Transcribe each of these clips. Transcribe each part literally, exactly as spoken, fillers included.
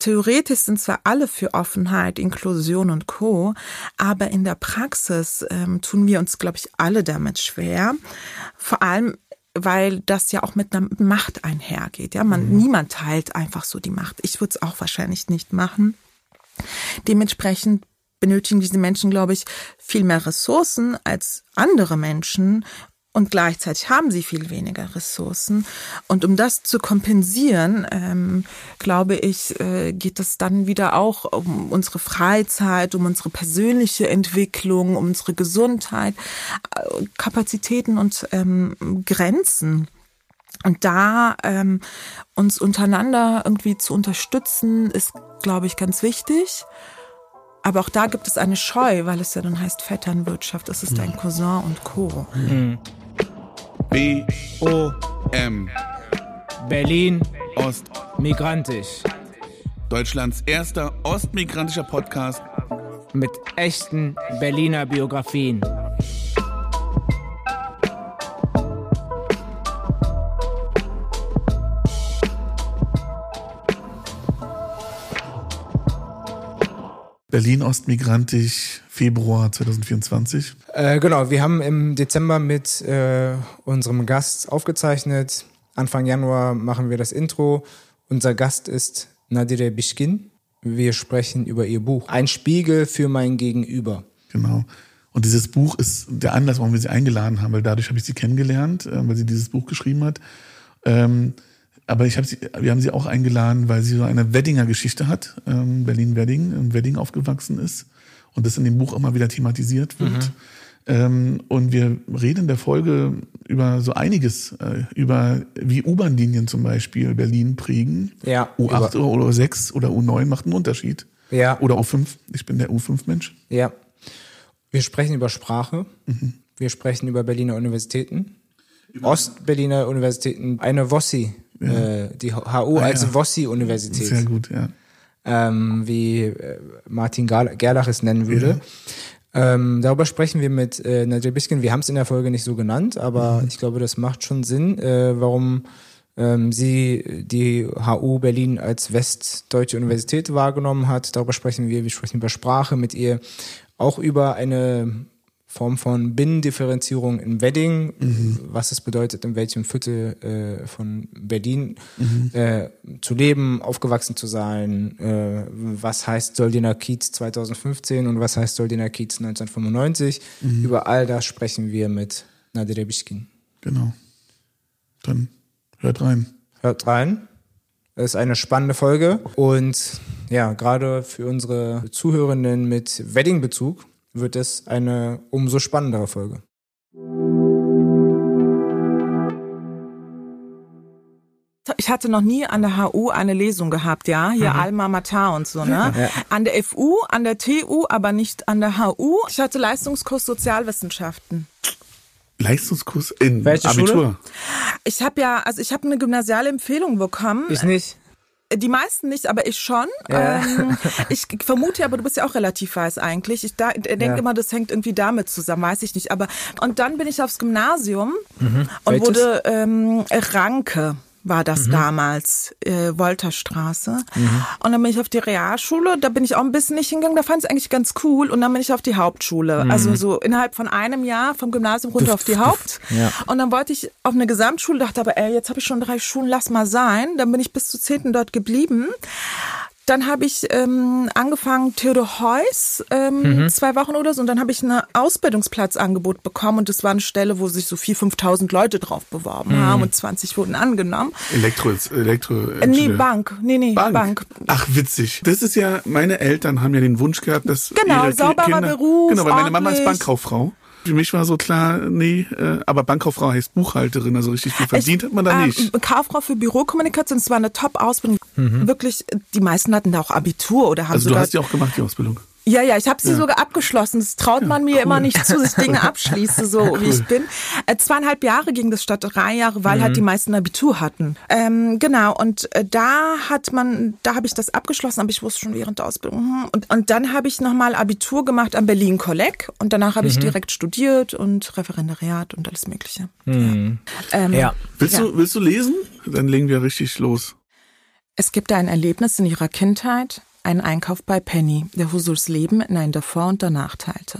theoretisch sind zwar alle für Offenheit, Inklusion und Co., aber in der Praxis ähm, tun wir uns, glaube ich, alle damit schwer. Vor allem, weil das ja auch mit einer Macht einhergeht. Ja, man, mhm. niemand teilt einfach so die Macht. Ich würde es auch wahrscheinlich nicht machen. Dementsprechend benötigen diese Menschen, glaube ich, viel mehr Ressourcen als andere Menschen und gleichzeitig haben sie viel weniger Ressourcen. Und um das zu kompensieren, ähm, glaube ich, äh, geht es dann wieder auch um unsere Freizeit, um unsere persönliche Entwicklung, um unsere Gesundheit, äh, Kapazitäten und ähm, Grenzen. Und da ähm, uns untereinander irgendwie zu unterstützen, ist, glaube ich, ganz wichtig. Aber auch da gibt es eine Scheu, weil es ja dann heißt Vetternwirtschaft, es ist dein Cousin und Co. Mhm. B O M Berlin Ost Migrantisch. Deutschlands erster ostmigrantischer Podcast Mit echten Berliner Biografien. Berlin ostmigrantisch, Februar zwanzig vierundzwanzig. Äh, genau, wir haben im Dezember mit äh, unserem Gast aufgezeichnet. Anfang Januar machen wir das Intro. Unser Gast ist Nadire Bishkin. Wir sprechen über ihr Buch Ein Spiegel für mein Gegenüber. Genau. Und dieses Buch ist der Anlass, warum wir sie eingeladen haben, weil dadurch habe ich sie kennengelernt, äh, weil sie dieses Buch geschrieben hat. Ähm, aber ich hab sie, wir haben sie auch eingeladen, weil sie so eine Weddinger-Geschichte hat, ähm, Berlin-Wedding, in Wedding aufgewachsen ist und das in dem Buch immer wieder thematisiert wird. Mhm. Ähm, und wir reden in der Folge über so einiges, äh, über wie U-Bahn-Linien zum Beispiel Berlin prägen. Ja, U acht oder, oder U sechs oder U neun macht einen Unterschied. Ja. Oder U fünf. Ich bin der U fünf Mensch. Ja. Wir sprechen über Sprache. Mhm. Wir sprechen über Berliner Universitäten. Über Ostberliner Universitäten. Eine WOSSI. Ja. Äh, die H U ah, als ja. WOSSI-Universität. Sehr gut, ja. Ähm, wie äh, Martin Gerlach es nennen würde. Ja. Ähm, darüber sprechen wir mit äh, Nadire Bishkin. Wir haben es in der Folge nicht so genannt, aber mhm. ich glaube, das macht schon Sinn, äh, warum ähm, sie die H U Berlin als westdeutsche Universität wahrgenommen hat. Darüber sprechen wir. Wir sprechen über Sprache mit ihr, auch über eine Form von Binnendifferenzierung in Wedding, mhm. was es bedeutet, in welchem Viertel äh, von Berlin mhm. äh, zu leben, aufgewachsen zu sein, äh, was heißt Soldiner Kiez zwanzig fünfzehn und was heißt Soldiner Kiez neunzehnhundertfünfundneunzig. Mhm. Über all das sprechen wir mit Nadire Bishkin. Genau. Dann hört rein. Hört rein. Es ist eine spannende Folge und ja, gerade für unsere Zuhörenden mit Wedding-Bezug wird es eine umso spannendere Folge. Ich hatte noch nie an der H U eine Lesung gehabt, ja, hier mhm. Alma Mater und so, ne? Ja. An der F U, an der T U, aber nicht an der H U. Ich hatte Leistungskurs Sozialwissenschaften. Leistungskurs in Welche Abitur? Schule? Ich habe ja, also ich habe eine gymnasiale Empfehlung bekommen. Ich nicht. Die meisten nicht, aber ich schon. Ja. Ähm, ich vermute, aber du bist ja auch relativ weiß eigentlich. Ich da, denke ja. immer, das hängt irgendwie damit zusammen, weiß ich nicht. Aber und dann bin ich aufs Gymnasium mhm. und Welches? wurde ähm, Ranke. War das mhm. damals, äh, Wolterstraße. Mhm. Und dann bin ich auf die Realschule, da bin ich auch ein bisschen nicht hingegangen, da fand ich es eigentlich ganz cool. Und dann bin ich auf die Hauptschule. Mhm. Also so innerhalb von einem Jahr vom Gymnasium runter auf die Haupt. Ja. Und dann wollte ich auf eine Gesamtschule, dachte aber, ey, jetzt habe ich schon drei Schulen, lass mal sein. Dann bin ich bis zur zehnten dort geblieben. Dann habe ich ähm, angefangen, Theodor Heuss, ähm, mhm. zwei Wochen oder so. Und dann habe ich ein Ausbildungsplatzangebot bekommen. Und das war eine Stelle, wo sich so viertausend, fünftausend Leute drauf beworben mhm. haben. Und zwanzig wurden angenommen. Elektro, Elektro. Äh, nee, Bank. Nee, nee, Bank. Bank. Ach, witzig. Das ist ja, meine Eltern haben ja den Wunsch gehabt, dass genau, ihre sauberer Kinder, Beruf, genau, weil meine ordentlich. Mama ist Bankkauffrau. Für mich war so klar, nee, äh, aber Bankkauffrau heißt Buchhalterin, also richtig viel verdient ich, hat man da äh, nicht. Kauffrau für Bürokommunikation, das war eine Top-Ausbildung. Mhm. Wirklich, die meisten hatten da auch Abitur oder haben Also sogar... du hast ja auch gemacht, die Ausbildung. Ja, ja, ich habe sie ja. sogar abgeschlossen. Das traut ja, man mir cool. immer nicht zu, dass ich Dinge abschließe, so ja, cool. wie ich bin. Äh, zweieinhalb Jahre ging das statt drei Jahre, weil mhm. halt die meisten Abitur hatten. Ähm, genau, und äh, da hat man, da habe ich das abgeschlossen, aber ich wusste schon während der Ausbildung. Und, und dann habe ich nochmal Abitur gemacht am Berlin-Kolleg und danach habe mhm. ich direkt studiert und Referendariat und alles Mögliche. Mhm. Ja. Ähm, ja. Willst, ja. Du, willst du lesen? Dann legen wir richtig los. Es gibt ein Erlebnis in ihrer Kindheit, einen Einkauf bei Penny, der Huzurs Leben in ein Davor und Danach teilte.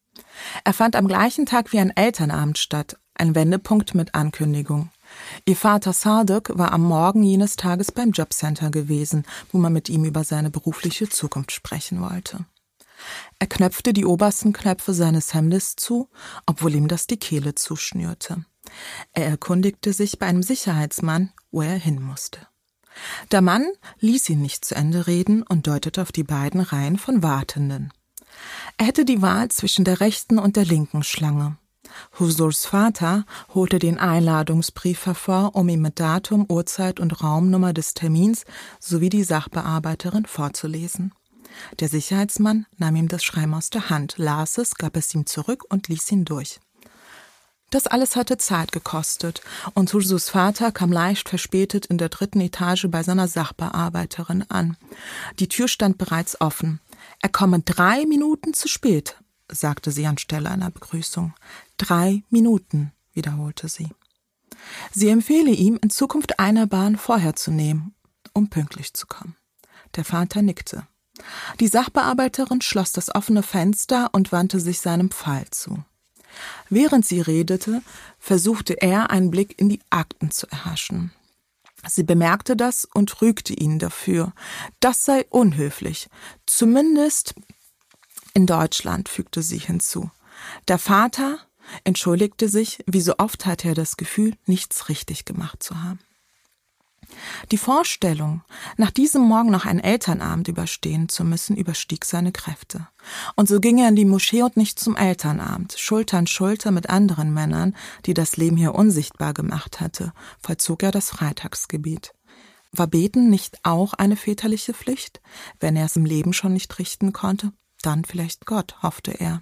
Er fand am gleichen Tag wie ein Elternabend statt, ein Wendepunkt mit Ankündigung. Ihr Vater Sadık war am Morgen jenes Tages beim Jobcenter gewesen, wo man mit ihm über seine berufliche Zukunft sprechen wollte. Er knöpfte die obersten Knöpfe seines Hemdes zu, obwohl ihm das die Kehle zuschnürte. Er erkundigte sich bei einem Sicherheitsmann, wo er hin musste. Der Mann ließ ihn nicht zu Ende reden und deutete auf die beiden Reihen von Wartenden. Er hätte die Wahl zwischen der rechten und der linken Schlange. Huzurs Vater holte den Einladungsbrief hervor, um ihm mit Datum, Uhrzeit und Raumnummer des Termins sowie die Sachbearbeiterin vorzulesen. Der Sicherheitsmann nahm ihm das Schreiben aus der Hand, las es, gab es ihm zurück und ließ ihn durch. Das alles hatte Zeit gekostet, und Huzurs Vater kam leicht verspätet in der dritten Etage bei seiner Sachbearbeiterin an. Die Tür stand bereits offen. Er komme drei Minuten zu spät, sagte sie anstelle einer Begrüßung. Drei Minuten, wiederholte sie. Sie empfehle ihm, in Zukunft eine Bahn vorher zu nehmen, um pünktlich zu kommen. Der Vater nickte. Die Sachbearbeiterin schloss das offene Fenster und wandte sich seinem Pfahl zu. Während sie redete, versuchte er, einen Blick in die Akten zu erhaschen. Sie bemerkte das und rügte ihn dafür. Das sei unhöflich. Zumindest in Deutschland, fügte sie hinzu. Der Vater entschuldigte sich, wie so oft hatte er das Gefühl, nichts richtig gemacht zu haben. Die Vorstellung, nach diesem Morgen noch einen Elternabend überstehen zu müssen, überstieg seine Kräfte. Und so ging er in die Moschee und nicht zum Elternabend. Schulter an Schulter mit anderen Männern, die das Leben hier unsichtbar gemacht hatte, vollzog er das Freitagsgebet. War Beten nicht auch eine väterliche Pflicht? Wenn er es im Leben schon nicht richten konnte, dann vielleicht Gott, hoffte er.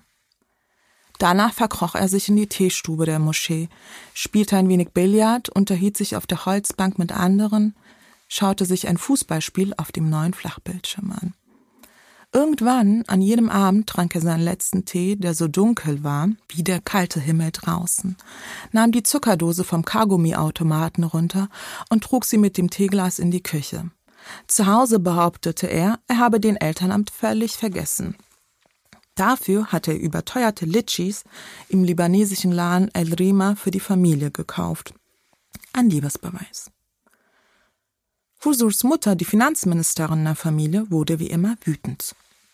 Danach verkroch er sich in die Teestube der Moschee, spielte ein wenig Billard, unterhielt sich auf der Holzbank mit anderen, schaute sich ein Fußballspiel auf dem neuen Flachbildschirm an. Irgendwann, an jedem Abend, trank er seinen letzten Tee, der so dunkel war wie der kalte Himmel draußen, nahm die Zuckerdose vom Kaugummiautomaten runter und trug sie mit dem Teeglas in die Küche. Zu Hause behauptete er, er habe den Elternamt völlig vergessen. Dafür hatte er überteuerte Litschis im libanesischen Laden El Rima für die Familie gekauft. Ein Liebesbeweis. Huzurs Mutter, die Finanzministerin der Familie, wurde wie immer wütend.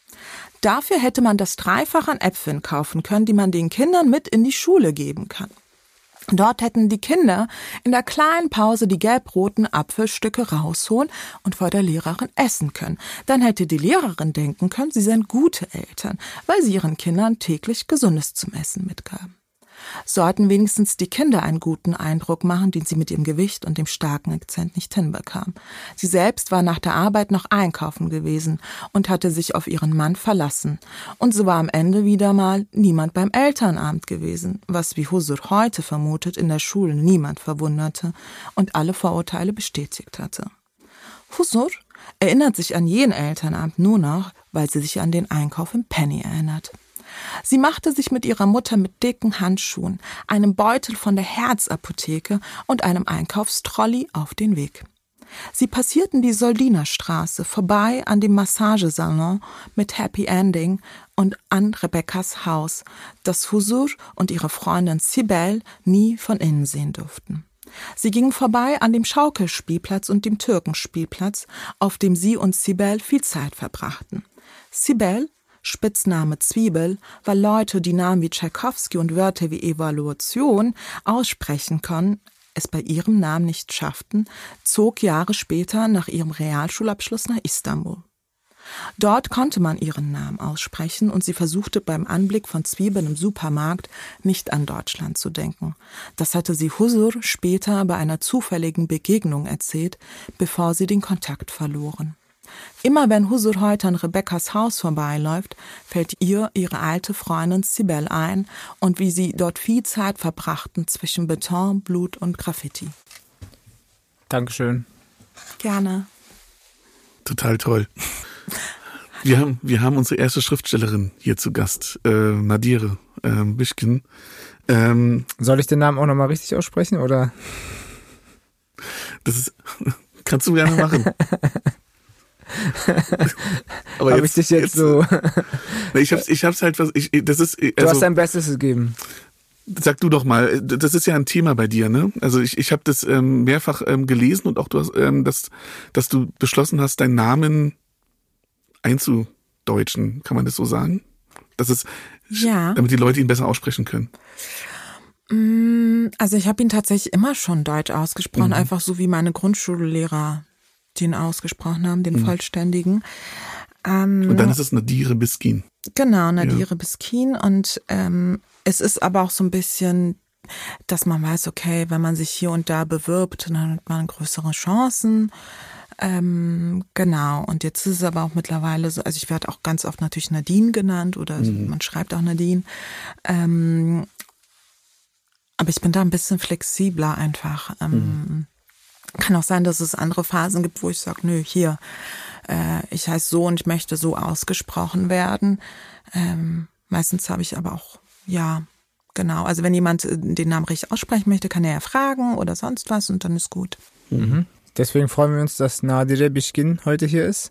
Dafür hätte man das Dreifache an Äpfeln kaufen können, die man den Kindern mit in die Schule geben kann. Dort hätten die Kinder in der kleinen Pause die gelb-roten Apfelstücke rausholen und vor der Lehrerin essen können. Dann hätte die Lehrerin denken können, sie seien gute Eltern, weil sie ihren Kindern täglich Gesundes zum Essen mitgaben. Sollten wenigstens die Kinder einen guten Eindruck machen, den sie mit ihrem Gewicht und dem starken Akzent nicht hinbekamen. Sie selbst war nach der Arbeit noch einkaufen gewesen und hatte sich auf ihren Mann verlassen. Und so war am Ende wieder mal niemand beim Elternabend gewesen, was, wie Huzur heute vermutet, in der Schule niemand verwunderte und alle Vorurteile bestätigt hatte. Huzur erinnert sich an jenen Elternabend nur noch, weil sie sich an den Einkauf im Penny erinnert. Sie machte sich mit ihrer Mutter mit dicken Handschuhen, einem Beutel von der Herzapotheke und einem Einkaufstrolley auf den Weg. Sie passierten die Soldinerstraße, vorbei an dem Massagesalon mit Happy Ending und an Rebekkas Haus, das Huzur und ihre Freundin Sibel nie von innen sehen durften. Sie gingen vorbei an dem Schaukelspielplatz und dem Türkenspielplatz, auf dem sie und Sibel viel Zeit verbrachten. Sibel, Spitzname Zwiebel, weil Leute, die Namen wie Tschaikowski und Wörter wie Evaluation aussprechen konnten, es bei ihrem Namen nicht schafften, zog Jahre später nach ihrem Realschulabschluss nach Istanbul. Dort konnte man ihren Namen aussprechen und sie versuchte beim Anblick von Zwiebeln im Supermarkt nicht an Deutschland zu denken. Das hatte sie Huzur später bei einer zufälligen Begegnung erzählt, bevor sie den Kontakt verloren. Immer wenn Huzur heute an Rebekkas Haus vorbeiläuft, fällt ihr ihre alte Freundin Sibel ein und wie sie dort viel Zeit verbrachten zwischen Beton, Blut und Graffiti. Dankeschön. Gerne. Total toll. Wir haben, wir haben unsere erste Schriftstellerin hier zu Gast, äh, Nadire äh, Bischkin. Ähm, Soll ich den Namen auch nochmal richtig aussprechen, oder? Das ist, Kannst du gerne machen. Aber Habe jetzt, ich dich jetzt, jetzt so... ich hab's, ich hab's halt... was ich, das ist, also, du hast dein Bestes gegeben. Sag du doch mal, das ist ja ein Thema bei dir, ne? Also ich, ich habe das ähm, mehrfach ähm, gelesen und auch du hast, ähm, dass, dass du beschlossen hast, deinen Namen einzudeutschen, kann man das so sagen? Das ist, ja. Damit die Leute ihn besser aussprechen können. Also ich habe ihn tatsächlich immer schon deutsch ausgesprochen, mhm. einfach so wie meine Grundschullehrer den ausgesprochen haben, den mhm. vollständigen. Ähm, und dann ist es Nadire Biskin. Genau, Nadire ja. Biskin und ähm, es ist aber auch so ein bisschen, dass man weiß, okay, wenn man sich hier und da bewirbt, dann hat man größere Chancen. Ähm, genau, und jetzt ist es aber auch mittlerweile so, also ich werde auch ganz oft natürlich Nadine genannt oder mhm. man schreibt auch Nadine. Ähm, aber ich bin da ein bisschen flexibler einfach. Ähm, mhm. Kann auch sein, dass es andere Phasen gibt, wo ich sage, nö, hier, äh, ich heiße so und ich möchte so ausgesprochen werden. Ähm, meistens habe ich aber auch, ja, genau. Also wenn jemand den Namen richtig aussprechen möchte, kann er ja fragen oder sonst was und dann ist gut. Mhm. Deswegen freuen wir uns, dass Nadire Biskin heute hier ist.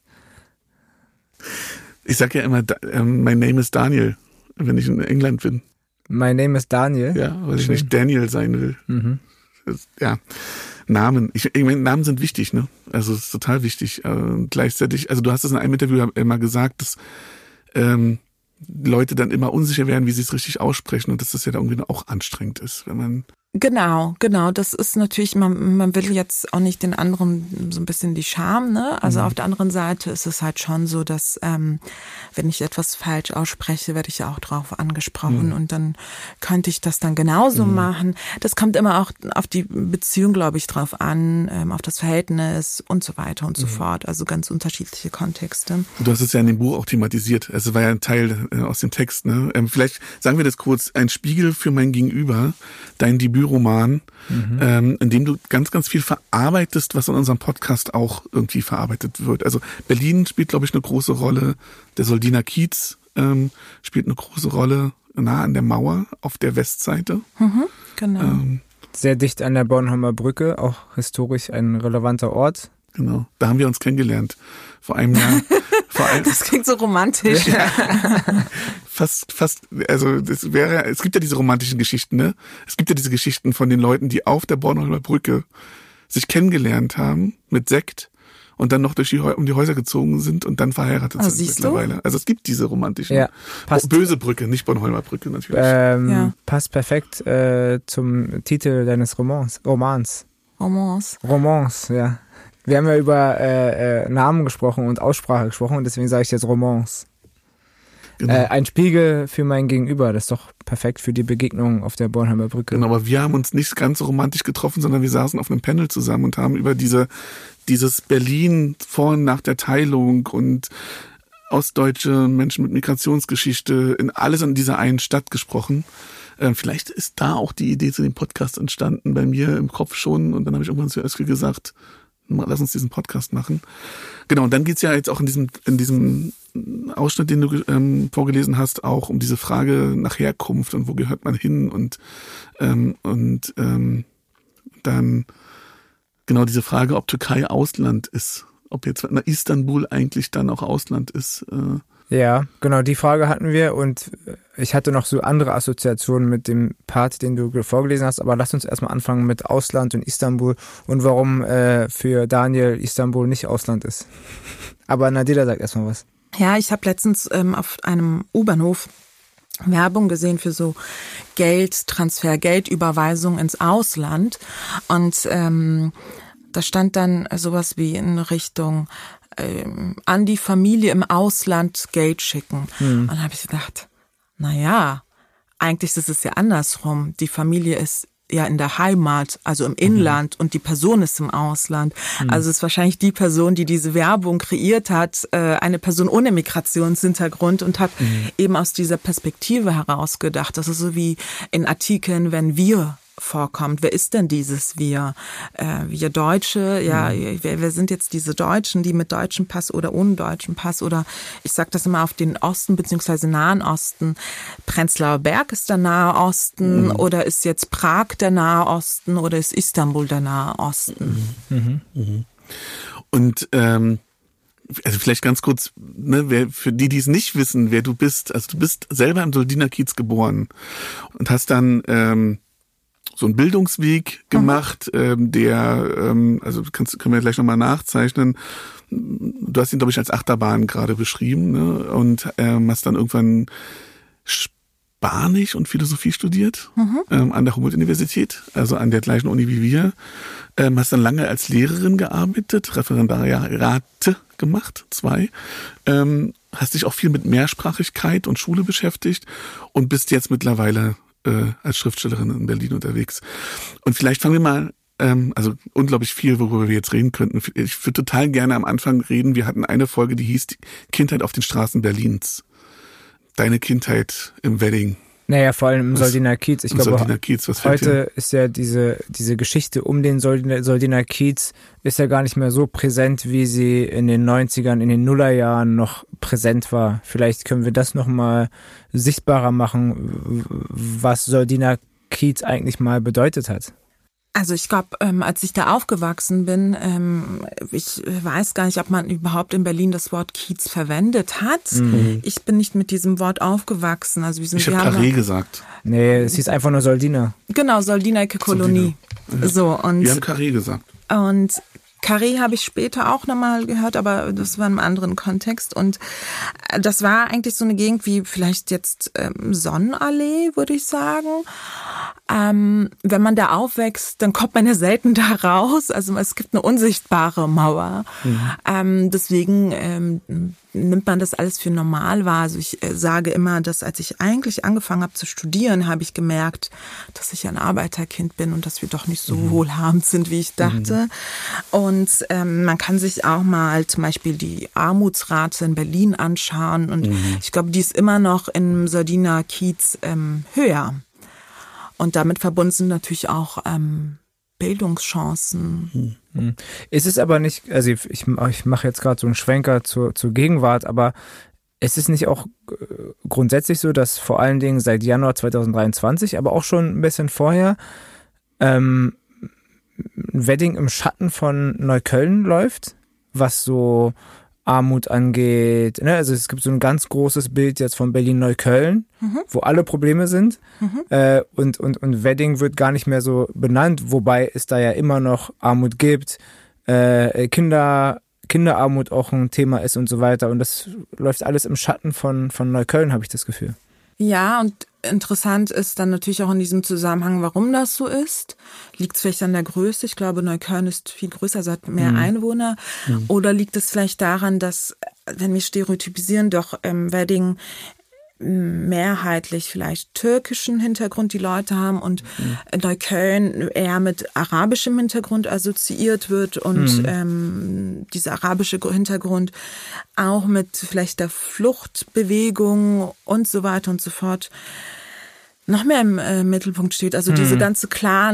Ich sage ja immer, ähm, my name is Daniel, wenn ich in England bin. My name is Daniel? Ja, weil ich nicht Daniel sein will. Mhm. Das, ja. Namen, ich, ich meine, Namen sind wichtig, ne? Also es ist total wichtig. Äh, gleichzeitig, also du hast es in einem Interview immer gesagt, dass ähm, Leute dann immer unsicher werden, wie sie es richtig aussprechen und dass das ja da irgendwie auch anstrengend ist, wenn man... Genau, genau. Das ist natürlich, man, man will jetzt auch nicht den anderen so ein bisschen die Scham, ne? Also mhm. auf der anderen Seite ist es halt schon so, dass ähm, wenn ich etwas falsch ausspreche, werde ich ja auch drauf angesprochen mhm. und dann könnte ich das dann genauso mhm. machen. Das kommt immer auch auf die Beziehung, glaube ich, drauf an, ähm, auf das Verhältnis und so weiter und mhm. so fort. Also ganz unterschiedliche Kontexte. Du hast es ja in dem Buch auch thematisiert. Also es war ja ein Teil äh, aus dem Text, ne? Ähm, vielleicht sagen wir das kurz, ein Spiegel für mein Gegenüber, dein Debüt Roman, mhm. ähm, in dem du ganz, ganz viel verarbeitest, was in unserem Podcast auch irgendwie verarbeitet wird. Also Berlin spielt, glaube ich, eine große Rolle. Der Soldiner Kiez ähm, spielt eine große Rolle nah an der Mauer auf der Westseite. Mhm, genau. Ähm, Sehr dicht an der Bornholmer Brücke, auch historisch ein relevanter Ort. Genau, da haben wir uns kennengelernt. Vor einem Jahr. Vor einem, das klingt so romantisch. Ja. Fast, fast, also das wäre, es gibt ja diese romantischen Geschichten, ne? Es gibt ja diese Geschichten von den Leuten, die auf der Bornholmer Brücke sich kennengelernt haben mit Sekt und dann noch durch die um die Häuser gezogen sind und dann verheiratet oh, sind mittlerweile. Du? Also es gibt diese romantischen. Ja, passt. Böse Brücke, nicht Bornholmer Brücke natürlich. Ähm, ja. Passt perfekt äh, zum Titel deines Romans. Romans. Romans. Romans, ja. Wir haben ja über äh, äh, Namen gesprochen und Aussprache gesprochen und deswegen sage ich jetzt Romans. Genau. Äh, ein Spiegel für mein Gegenüber, das ist doch perfekt für die Begegnung auf der Bornholmer Brücke. Genau, aber wir haben uns nicht ganz so romantisch getroffen, sondern wir saßen auf einem Panel zusammen und haben über diese dieses Berlin vor und nach der Teilung und ostdeutsche Menschen mit Migrationsgeschichte in alles in dieser einen Stadt gesprochen. Ähm, vielleicht ist da auch die Idee zu dem Podcast entstanden, bei mir im Kopf schon. Und dann habe ich irgendwann zu Özgür gesagt, lass uns diesen Podcast machen. Genau, und dann geht's ja jetzt auch in diesem in diesem Ausschnitt, den du ähm, vorgelesen hast, auch um diese Frage nach Herkunft und wo gehört man hin und ähm, und ähm, dann genau diese Frage, ob Türkei Ausland ist, ob jetzt na, Istanbul eigentlich dann auch Ausland ist. Äh, Ja, genau, die Frage hatten wir und ich hatte noch so andere Assoziationen mit dem Part, den du vorgelesen hast, aber lass uns erstmal anfangen mit Ausland und Istanbul und warum äh, für Daniel Istanbul nicht Ausland ist. Aber Nadira sagt erstmal was. Ja, ich habe letztens ähm, auf einem U-Bahnhof Werbung gesehen für so Geldtransfer, Geldüberweisung ins Ausland und ähm, da stand dann sowas wie in Richtung ähm, an die Familie im Ausland Geld schicken. Hm. Und dann habe ich gedacht, na ja, eigentlich ist es ja andersrum. Die Familie ist ja in der Heimat, also im Inland, mhm. und die Person ist im Ausland. Mhm. Also es ist wahrscheinlich die Person, die diese Werbung kreiert hat, eine Person ohne Migrationshintergrund und hat mhm. eben aus dieser Perspektive heraus gedacht. Das ist so wie in Artikeln, wenn wir vorkommt. Wer ist denn dieses Wir? Äh, wir Deutsche, ja, mhm. wer, wer sind jetzt diese Deutschen, die mit deutschem Pass oder ohne deutschen Pass oder ich sag das immer auf den Osten beziehungsweise Nahen Osten. Prenzlauer Berg ist der Nahe Osten mhm. oder ist jetzt Prag der Nahe Osten oder ist Istanbul der Nahe Osten? Mhm. Mhm. Und ähm, also vielleicht ganz kurz, ne, wer, für die, die es nicht wissen, wer du bist. Also du bist selber im Soldiner Kiez geboren und hast dann ähm, so einen Bildungsweg gemacht, mhm. ähm, der, ähm, also kannst, können wir gleich nochmal nachzeichnen. Du hast ihn, glaube ich, als Achterbahn gerade beschrieben, ne? Und ähm, hast dann irgendwann Spanisch und Philosophie studiert, mhm. ähm, an der Humboldt-Universität, also an der gleichen Uni wie wir. Ähm, hast dann lange als Lehrerin gearbeitet, Referendariate gemacht, zwei. Ähm, hast dich auch viel mit Mehrsprachigkeit und Schule beschäftigt und bist jetzt mittlerweile äh, als Schriftstellerin in Berlin unterwegs. Und vielleicht fangen wir mal ähm, also unglaublich viel, worüber wir jetzt reden könnten. Ich würde total gerne am Anfang reden. Wir hatten eine Folge, die hieß Kindheit auf den Straßen Berlins. Deine Kindheit im Wedding. Naja, vor allem im Soldiner Kiez. Ich glaube, Soldiner Kiez, was heute ist ja diese, diese Geschichte um den Soldiner, Soldiner Kiez ist ja gar nicht mehr so präsent, wie sie in den neunzigern, in den Nullerjahren noch präsent war. Vielleicht können wir das nochmal sichtbarer machen, was Soldiner Kiez eigentlich mal bedeutet hat. Also ich glaube, ähm, als ich da aufgewachsen bin, ähm, ich weiß gar nicht, ob man überhaupt in Berlin das Wort Kiez verwendet hat. Mhm. Ich bin nicht mit diesem Wort aufgewachsen. Also wir sind, ich habe Carré gesagt. Nee, es hieß einfach nur Soldiner. Genau, Soldinerke Kolonie. Ja. So, und wir haben Carré gesagt. Und Carré habe ich später auch nochmal gehört, aber das war in einem anderen Kontext. Und das war eigentlich so eine Gegend wie vielleicht jetzt ähm, Sonnenallee, würde ich sagen. Ähm, wenn man da aufwächst, dann kommt man ja selten da raus. Also es gibt eine unsichtbare Mauer. Mhm. Ähm, deswegen ähm, nimmt man das alles für normal wahr. Also ich äh, sage immer, dass als ich eigentlich angefangen habe zu studieren, habe ich gemerkt, dass ich ein Arbeiterkind bin und dass wir doch nicht so mhm. wohlhabend sind, wie ich dachte. Mhm. Und ähm, man kann sich auch mal zum Beispiel die Armutsrate in Berlin anschauen. Und mhm. ich glaube, die ist immer noch im Soldiner Kiez ähm, höher. Und damit verbunden sind natürlich auch ähm, Bildungschancen. Hm. Ist es aber nicht, also ich, ich mache jetzt gerade so einen Schwenker zur, zur Gegenwart, aber ist es nicht auch grundsätzlich so, dass vor allen Dingen seit Januar zwanzig dreiundzwanzig, aber auch schon ein bisschen vorher, ähm, Wedding im Schatten von Neukölln läuft, was so Armut angeht. Ne? Also es gibt so ein ganz großes Bild jetzt von Berlin-Neukölln, mhm. wo alle Probleme sind. Mhm. Äh, und, und, und Wedding wird gar nicht mehr so benannt, wobei es da ja immer noch Armut gibt, äh, Kinder, Kinderarmut auch ein Thema ist und so weiter. Und das läuft alles im Schatten von, von Neukölln, habe ich das Gefühl. Ja, und interessant ist dann natürlich auch in diesem Zusammenhang, warum das so ist. Liegt es vielleicht an der Größe? Ich glaube, Neukölln ist viel größer, also hat mehr mhm. Einwohner. Mhm. Oder liegt es vielleicht daran, dass, wenn wir stereotypisieren, doch ähm, Wedding mehrheitlich vielleicht türkischen Hintergrund die Leute haben und mhm. Neukölln eher mit arabischem Hintergrund assoziiert wird und mhm. ähm, dieser arabische Hintergrund auch mit vielleicht der Fluchtbewegung und so weiter und so fort noch mehr im äh, Mittelpunkt steht. Also mhm. diese ganze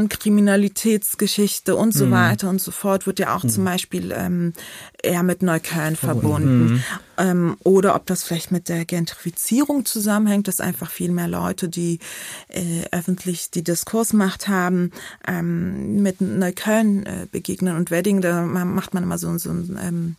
Clan-Kriminalitätsgeschichte und so mhm. weiter und so fort wird ja auch mhm. zum Beispiel ähm, eher mit Neukölln verbunden. Mhm. Ähm, oder ob das vielleicht mit der Gentrifizierung zusammenhängt, dass einfach viel mehr Leute, die äh, öffentlich die Diskursmacht haben, ähm, mit Neukölln äh, begegnen. Und Wedding, da macht man immer so, so ein... Ähm,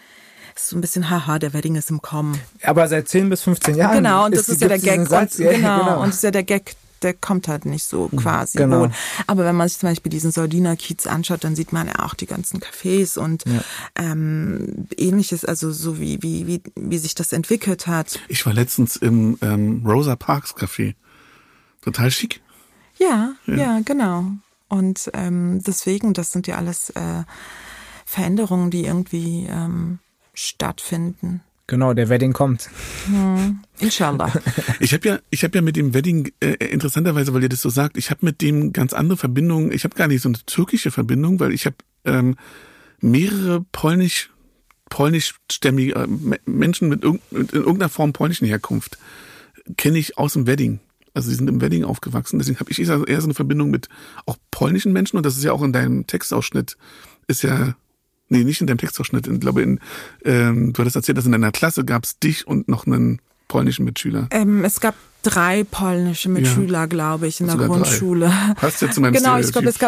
so ein bisschen, haha, der Wedding ist im Kommen. Aber seit zehn bis fünfzehn Jahren. Genau, und das ist, ist ja der Gag. Satz, und, ja, genau, genau, und das ist ja der Gag, der kommt halt nicht so quasi genau. wohl. Aber wenn man sich zum Beispiel diesen Soldiner Kiez anschaut, dann sieht man ja auch die ganzen Cafés und ja. ähm, ähnliches, also so wie, wie, wie, wie sich das entwickelt hat. Ich war letztens im ähm, Rosa Parks Café. Total schick. Ja, ja, ja genau. Und ähm, deswegen, das sind ja alles äh, Veränderungen, die irgendwie ähm, stattfinden. Genau, der Wedding kommt. Hm, inshallah. Ich habe ja, ich habe ja mit dem Wedding äh, interessanterweise, weil ihr das so sagt, ich habe mit dem ganz andere Verbindungen. Ich habe gar nicht so eine türkische Verbindung, weil ich habe ähm, mehrere polnisch, polnischstämmige äh, Menschen mit, irg- mit in irgendeiner Form polnischen Herkunft kenne ich aus dem Wedding. Also sie sind im Wedding aufgewachsen. Deswegen habe ich eher so eine Verbindung mit auch polnischen Menschen und das ist ja auch in deinem Textausschnitt ist ja Nee, nicht in deinem Textausschnitt. Ich glaube, in, ähm, du hattest erzählt, dass in deiner Klasse gab es dich und noch einen polnischen Mitschüler. Ähm, es gab drei polnische Mitschüler, ja. glaube ich, in der Sogar Grundschule. Drei. Passt ja zu meinem Genau, Stereotyp. ich glaube, es gab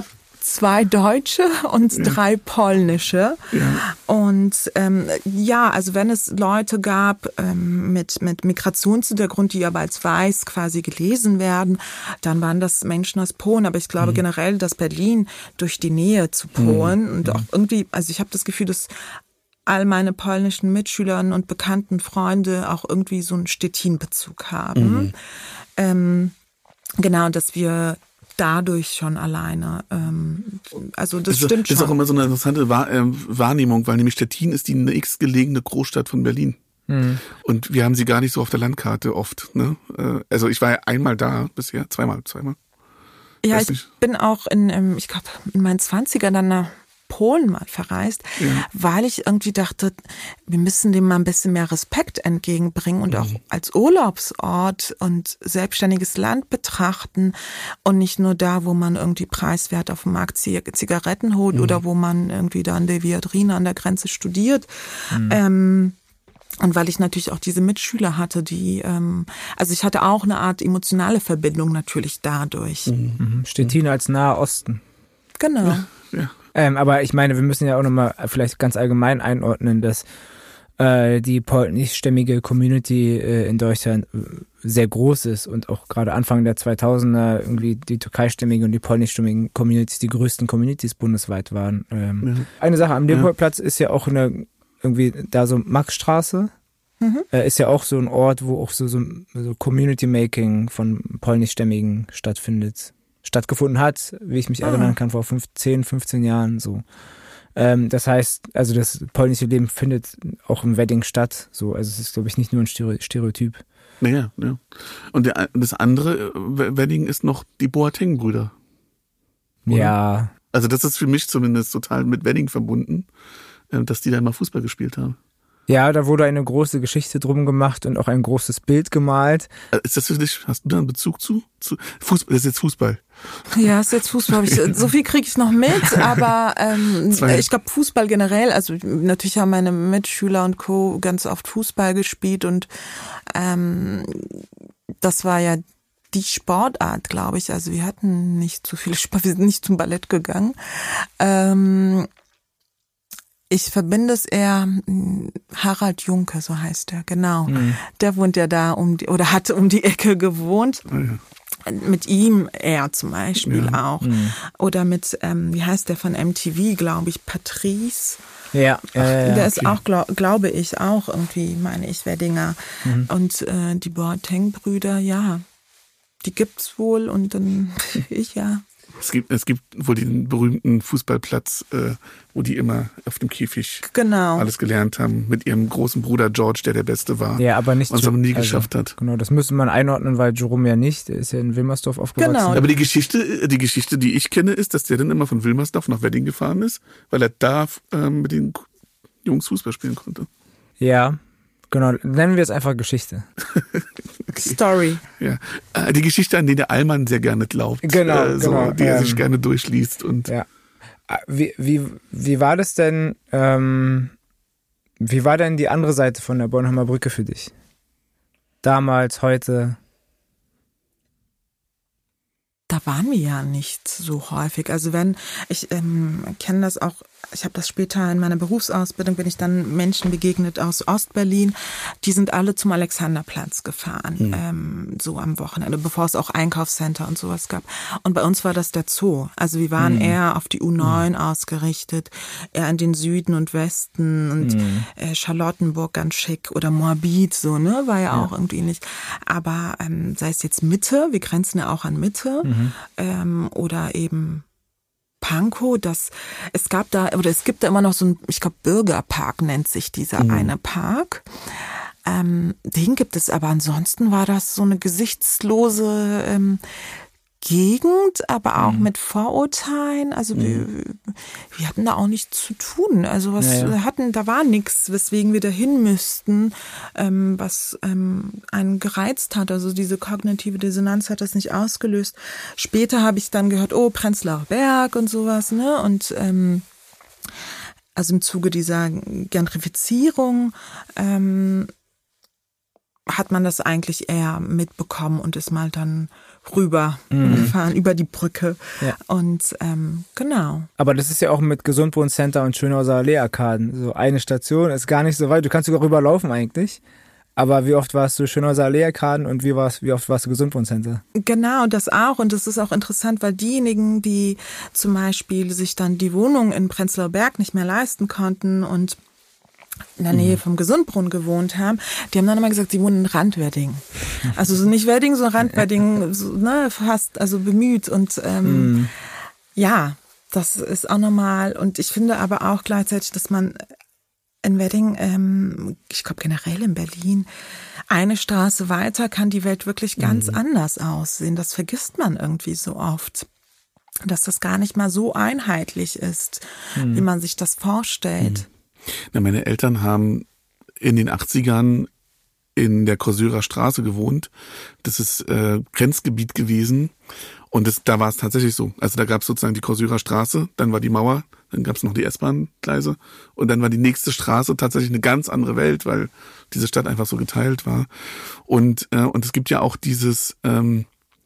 zwei Deutsche und ja. drei polnische. Ja. Und ähm, ja, also wenn es Leute gab ähm, mit, mit Migrationshintergrund, die aber als weiß quasi gelesen werden, dann waren das Menschen aus Polen. Aber ich glaube mhm. generell, dass Berlin durch die Nähe zu Polen mhm. und auch irgendwie, also ich habe das Gefühl, dass all meine polnischen Mitschülerinnen und bekannten Freunde auch irgendwie so einen Stettin-Bezug haben. Mhm. Ähm, genau, dass wir dadurch schon alleine, ähm, also das, das stimmt schon. Das ist auch immer so eine interessante Wahr, äh, Wahrnehmung, weil nämlich Stettin ist die nächstgelegene Großstadt von Berlin. Mhm. Und wir haben sie gar nicht so auf der Landkarte oft. Ne? Also ich war ja einmal da bisher, zweimal, zweimal. Ja, Weiß ich nicht. bin auch in, ich glaube, in meinen Zwanzigern dann nach Polen mal verreist, ja. weil ich irgendwie dachte, wir müssen dem mal ein bisschen mehr Respekt entgegenbringen und mhm. auch als Urlaubsort und selbstständiges Land betrachten und nicht nur da, wo man irgendwie preiswert auf dem Markt Zigaretten holt mhm. oder wo man irgendwie da in der Viadrina an der Grenze studiert. Mhm. Ähm, Und weil ich natürlich auch diese Mitschüler hatte, die, ähm, also ich hatte auch eine Art emotionale Verbindung natürlich dadurch. Mhm. Stettin als Nahe Osten. Genau. Ja, ja. Ähm, aber ich meine, wir müssen ja auch nochmal vielleicht ganz allgemein einordnen, dass äh, die polnischstämmige Community äh, in Deutschland sehr groß ist und auch gerade Anfang der zweitausender irgendwie die türkeistämmige und die polnischstämmigen Communities die größten Communities bundesweit waren. Ähm, ja. Eine Sache, am Leopoldplatz ja. ist ja auch eine irgendwie da so Maxstraße, mhm. äh, ist ja auch so ein Ort, wo auch so, so, so Community-Making von polnischstämmigen stattfindet. Stattgefunden hat, wie ich mich ah. erinnern kann, vor zehn, fünfzehn Jahren so. Ähm, das heißt, also das polnische Leben findet auch im Wedding statt. So, also es ist, glaube ich, nicht nur ein Stereotyp. Naja, ja. Und der, das andere Wedding ist noch die Boateng-Brüder. Oder? Ja. Also das ist für mich zumindest total mit Wedding verbunden, dass die da mal Fußball gespielt haben. Ja, da wurde eine große Geschichte drum gemacht und auch ein großes Bild gemalt. Ist das für dich, hast du da einen Bezug zu? zu Fußball, das ist jetzt Fußball. Ja, ist jetzt Fußball. Ich, so viel kriege ich noch mit, aber ähm, ich glaube Fußball generell, also natürlich haben meine Mitschüler und Co. ganz oft Fußball gespielt und ähm, das war ja die Sportart, glaube ich. Also wir hatten nicht so viel Sport, wir sind nicht zum Ballett gegangen. Ähm, Ich verbinde es eher, Harald Junke, so heißt er, genau. Mhm. Der wohnt ja da um die, oder hat um die Ecke gewohnt. Oh ja. Mit ihm er zum Beispiel ja. auch. Mhm. Oder mit, ähm, wie heißt der von M T V, glaube ich, Patrice. Ja, Ach, äh, ja der ist okay. auch, glaub, glaube ich, auch irgendwie, meine ich, Weddinger. Mhm. Und äh, die Boateng-Brüder, ja, die gibt's wohl und dann ich ja. Es gibt, es gibt wohl den berühmten Fußballplatz, äh, wo die immer auf dem Käfig genau. alles gelernt haben, mit ihrem großen Bruder George, der der Beste war. Ja, aber nicht. Und es aber nie also, geschafft hat. Genau, das müsste man einordnen, weil Jerome ja nicht, der ist ja in Wilmersdorf aufgewachsen. Genau. Aber die Geschichte, die Geschichte, die ich kenne, ist, dass der dann immer von Wilmersdorf nach Wedding gefahren ist, weil er da ähm, mit den Jungs Fußball spielen konnte. Ja, genau. Nennen wir es einfach Geschichte. Okay. Story. Ja, die Geschichte, an die der Allmann sehr gerne glaubt. Genau, äh, so, genau. Die er ähm, sich gerne durchliest. Und ja. Wie, wie, wie war das denn, ähm, wie war denn die andere Seite von der Bornholmer Brücke für dich? Damals, heute? Da waren wir ja nicht so häufig. Also wenn, ich ähm, kenne das auch, ich habe das später in meiner Berufsausbildung, bin ich dann Menschen begegnet aus Ostberlin, die sind alle zum Alexanderplatz gefahren, mhm. ähm, so am Wochenende, bevor es auch Einkaufscenter und sowas gab. Und bei uns war das der Zoo. Also wir waren mhm. eher auf die U neun mhm. ausgerichtet, eher in den Süden und Westen und mhm. äh, Charlottenburg ganz schick oder Moabit, so, ne, war ja, ja. auch irgendwie nicht. Aber ähm, sei es jetzt Mitte, wir grenzen ja auch an Mitte, mhm. ähm, oder eben Pankow, das, es gab da, oder es gibt da immer noch so ein, ich glaube Bürgerpark nennt sich dieser mhm. eine Park. Ähm, den gibt es, aber ansonsten war das so eine gesichtslose ähm, Gegend, aber auch mhm. mit Vorurteilen. Also mhm. wir, wir hatten da auch nichts zu tun. Also was ja, ja. hatten, da war nichts, weswegen wir dahin müssten, ähm, was ähm, einen gereizt hat. Also diese kognitive Dissonanz hat das nicht ausgelöst. Später habe ich dann gehört, oh, Prenzlauer Berg und sowas, ne? Und ähm, also im Zuge dieser Gentrifizierung ähm, hat man das eigentlich eher mitbekommen und ist mal dann rüber mhm. gefahren, über die Brücke. Ja. Und ähm, genau. Aber das ist ja auch mit Gesundwohncenter und Schönhauser Allee-Arkaden. So eine Station ist gar nicht so weit. Du kannst sogar rüberlaufen eigentlich. Aber wie oft warst du Schönhauser Allee-Arkaden und wie, warst, wie oft warst du Gesundwohncenter? Genau, das auch. Und das ist auch interessant, weil diejenigen, die zum Beispiel sich dann die Wohnung in Prenzlauer Berg nicht mehr leisten konnten und in der Nähe vom Gesundbrunnen gewohnt haben, die haben dann immer gesagt, sie wohnen in Randwedding. Also so nicht Wedding, sondern Randwedding, so, ne, fast, also bemüht. Und ähm, mm. ja, das ist auch normal. Und ich finde aber auch gleichzeitig, dass man in Wedding, ähm, ich glaube generell in Berlin, eine Straße weiter kann die Welt wirklich ganz mm. anders aussehen. Das vergisst man irgendwie so oft. Dass das gar nicht mal so einheitlich ist, mm. wie man sich das vorstellt. Mm. Na, meine Eltern haben in den achtzigern in der Korsörer Straße gewohnt. Das ist äh, Grenzgebiet gewesen und das, da war es tatsächlich so. Also da gab es sozusagen die Korsörer Straße, dann war die Mauer, dann gab es noch die S-Bahn-Gleise und dann war die nächste Straße tatsächlich eine ganz andere Welt, weil diese Stadt einfach so geteilt war. Und äh, und es gibt ja auch dieses ähm,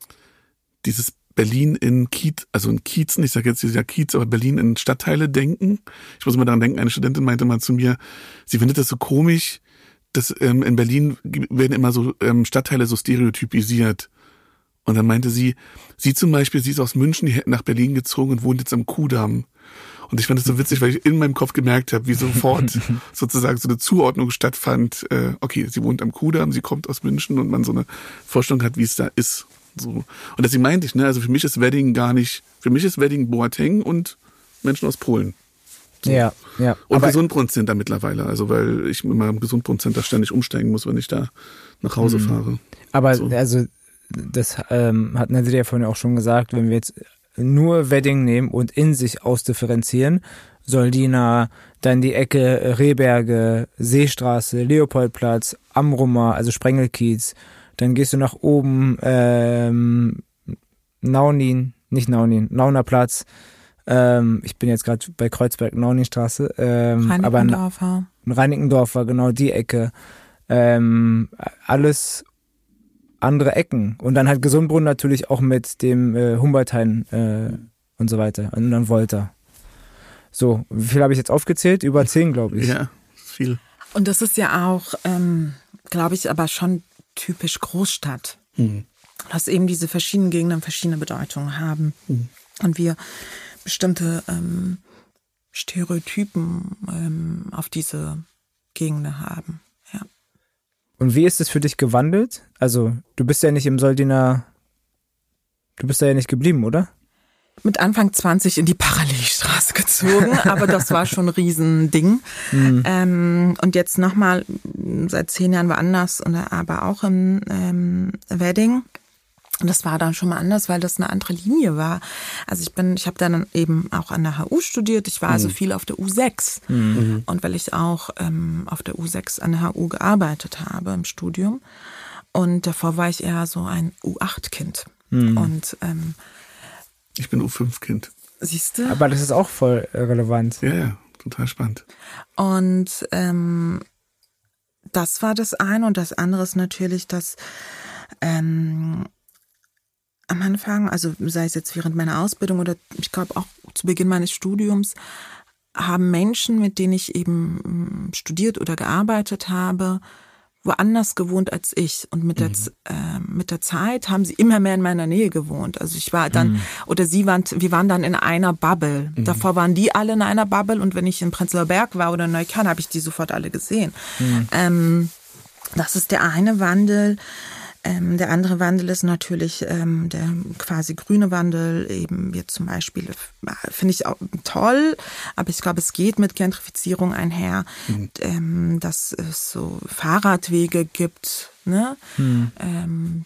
dieses Berlin in Kiez, also in Kiezen, ich sage jetzt ja Kiez, aber Berlin in Stadtteile denken. Ich muss immer daran denken, eine Studentin meinte mal zu mir, sie findet das so komisch, dass ähm, in Berlin werden immer so ähm, Stadtteile so stereotypisiert. Und dann meinte sie, sie zum Beispiel, sie ist aus München, die hätten nach Berlin gezogen und wohnt jetzt am Kudamm. Und ich fand das so witzig, weil ich in meinem Kopf gemerkt habe, wie sofort sozusagen so eine Zuordnung stattfand. Äh, okay, sie wohnt am Kudamm, sie kommt aus München und man so eine Vorstellung hat, wie es da ist. So. Und deswegen meinte ich, ne, also für mich ist Wedding gar nicht, für mich ist Wedding Boateng und Menschen aus Polen. So. Ja, ja. Und Gesundbrunnen-Center mittlerweile, also weil ich immer im Gesundbrunnen-Center ständig umsteigen muss, wenn ich da nach Hause mhm. fahre. Aber so. also das ähm, hat Nadja ja vorhin auch schon gesagt, wenn wir jetzt nur Wedding nehmen und in sich ausdifferenzieren, Soldina, dann die Ecke Rehberge, Seestraße, Leopoldplatz, Amrumer, also Sprengelkiez. Dann gehst du nach oben, ähm, Naunin, nicht Naunin, Naunerplatz. Ähm, ich bin jetzt gerade bei Kreuzberg, Nauninstraße. Ähm, Reinickendorfer. Aber Reinickendorfer, genau die Ecke. Ähm, alles andere Ecken. Und dann halt Gesundbrunnen natürlich auch mit dem äh, Humboldthain äh, und so weiter. Und dann Volta. So, wie viel habe ich jetzt aufgezählt? Über zehn, glaube ich. Ja, viel. Und das ist ja auch, ähm, glaube ich, aber schon typisch Großstadt. Mhm. Dass eben diese verschiedenen Gegenden verschiedene Bedeutungen haben. Mhm. Und wir bestimmte ähm, Stereotypen ähm, auf diese Gegenden haben. Ja. Und wie ist es für dich gewandelt? Also du bist ja nicht im Soldiner, du bist da ja nicht geblieben, oder? Mit Anfang zwanzig in die Parallelstraße gezogen, aber das war schon ein Riesending. Mhm. Ähm, und jetzt nochmal seit zehn Jahren woanders, aber auch in ähm, Wedding. Und das war dann schon mal anders, weil das eine andere Linie war. Also ich bin, ich habe dann eben auch an der H U studiert. Ich war mhm. also viel auf der U sechs. Mhm. Und weil ich auch ähm, auf der U sechs an der H U gearbeitet habe im Studium. Und davor war ich eher so ein U acht Kind. Mhm. Und ähm, ich bin U fünf Kind. Siehst du? Aber das ist auch voll relevant. Ja, ja, total spannend. Und ähm, das war das eine. Und das andere ist natürlich, dass ähm, am Anfang, also sei es jetzt während meiner Ausbildung oder ich glaube auch zu Beginn meines Studiums, haben Menschen, mit denen ich eben studiert oder gearbeitet habe, woanders gewohnt als ich. Und mit, mhm. der, äh, mit der Zeit haben sie immer mehr in meiner Nähe gewohnt. Also ich war dann, mhm. oder sie waren, wir waren dann in einer Bubble. Mhm. Davor waren die alle in einer Bubble und wenn ich in Prenzlauer Berg war oder in Neukölln, habe ich die sofort alle gesehen. Mhm. Ähm, das ist der eine Wandel. Ähm, der andere Wandel ist natürlich ähm, der quasi grüne Wandel, eben wie zum Beispiel, finde ich auch toll, aber ich glaube, es geht mit Gentrifizierung einher, mhm. ähm, dass es so Fahrradwege gibt, ne? Mhm. Ähm,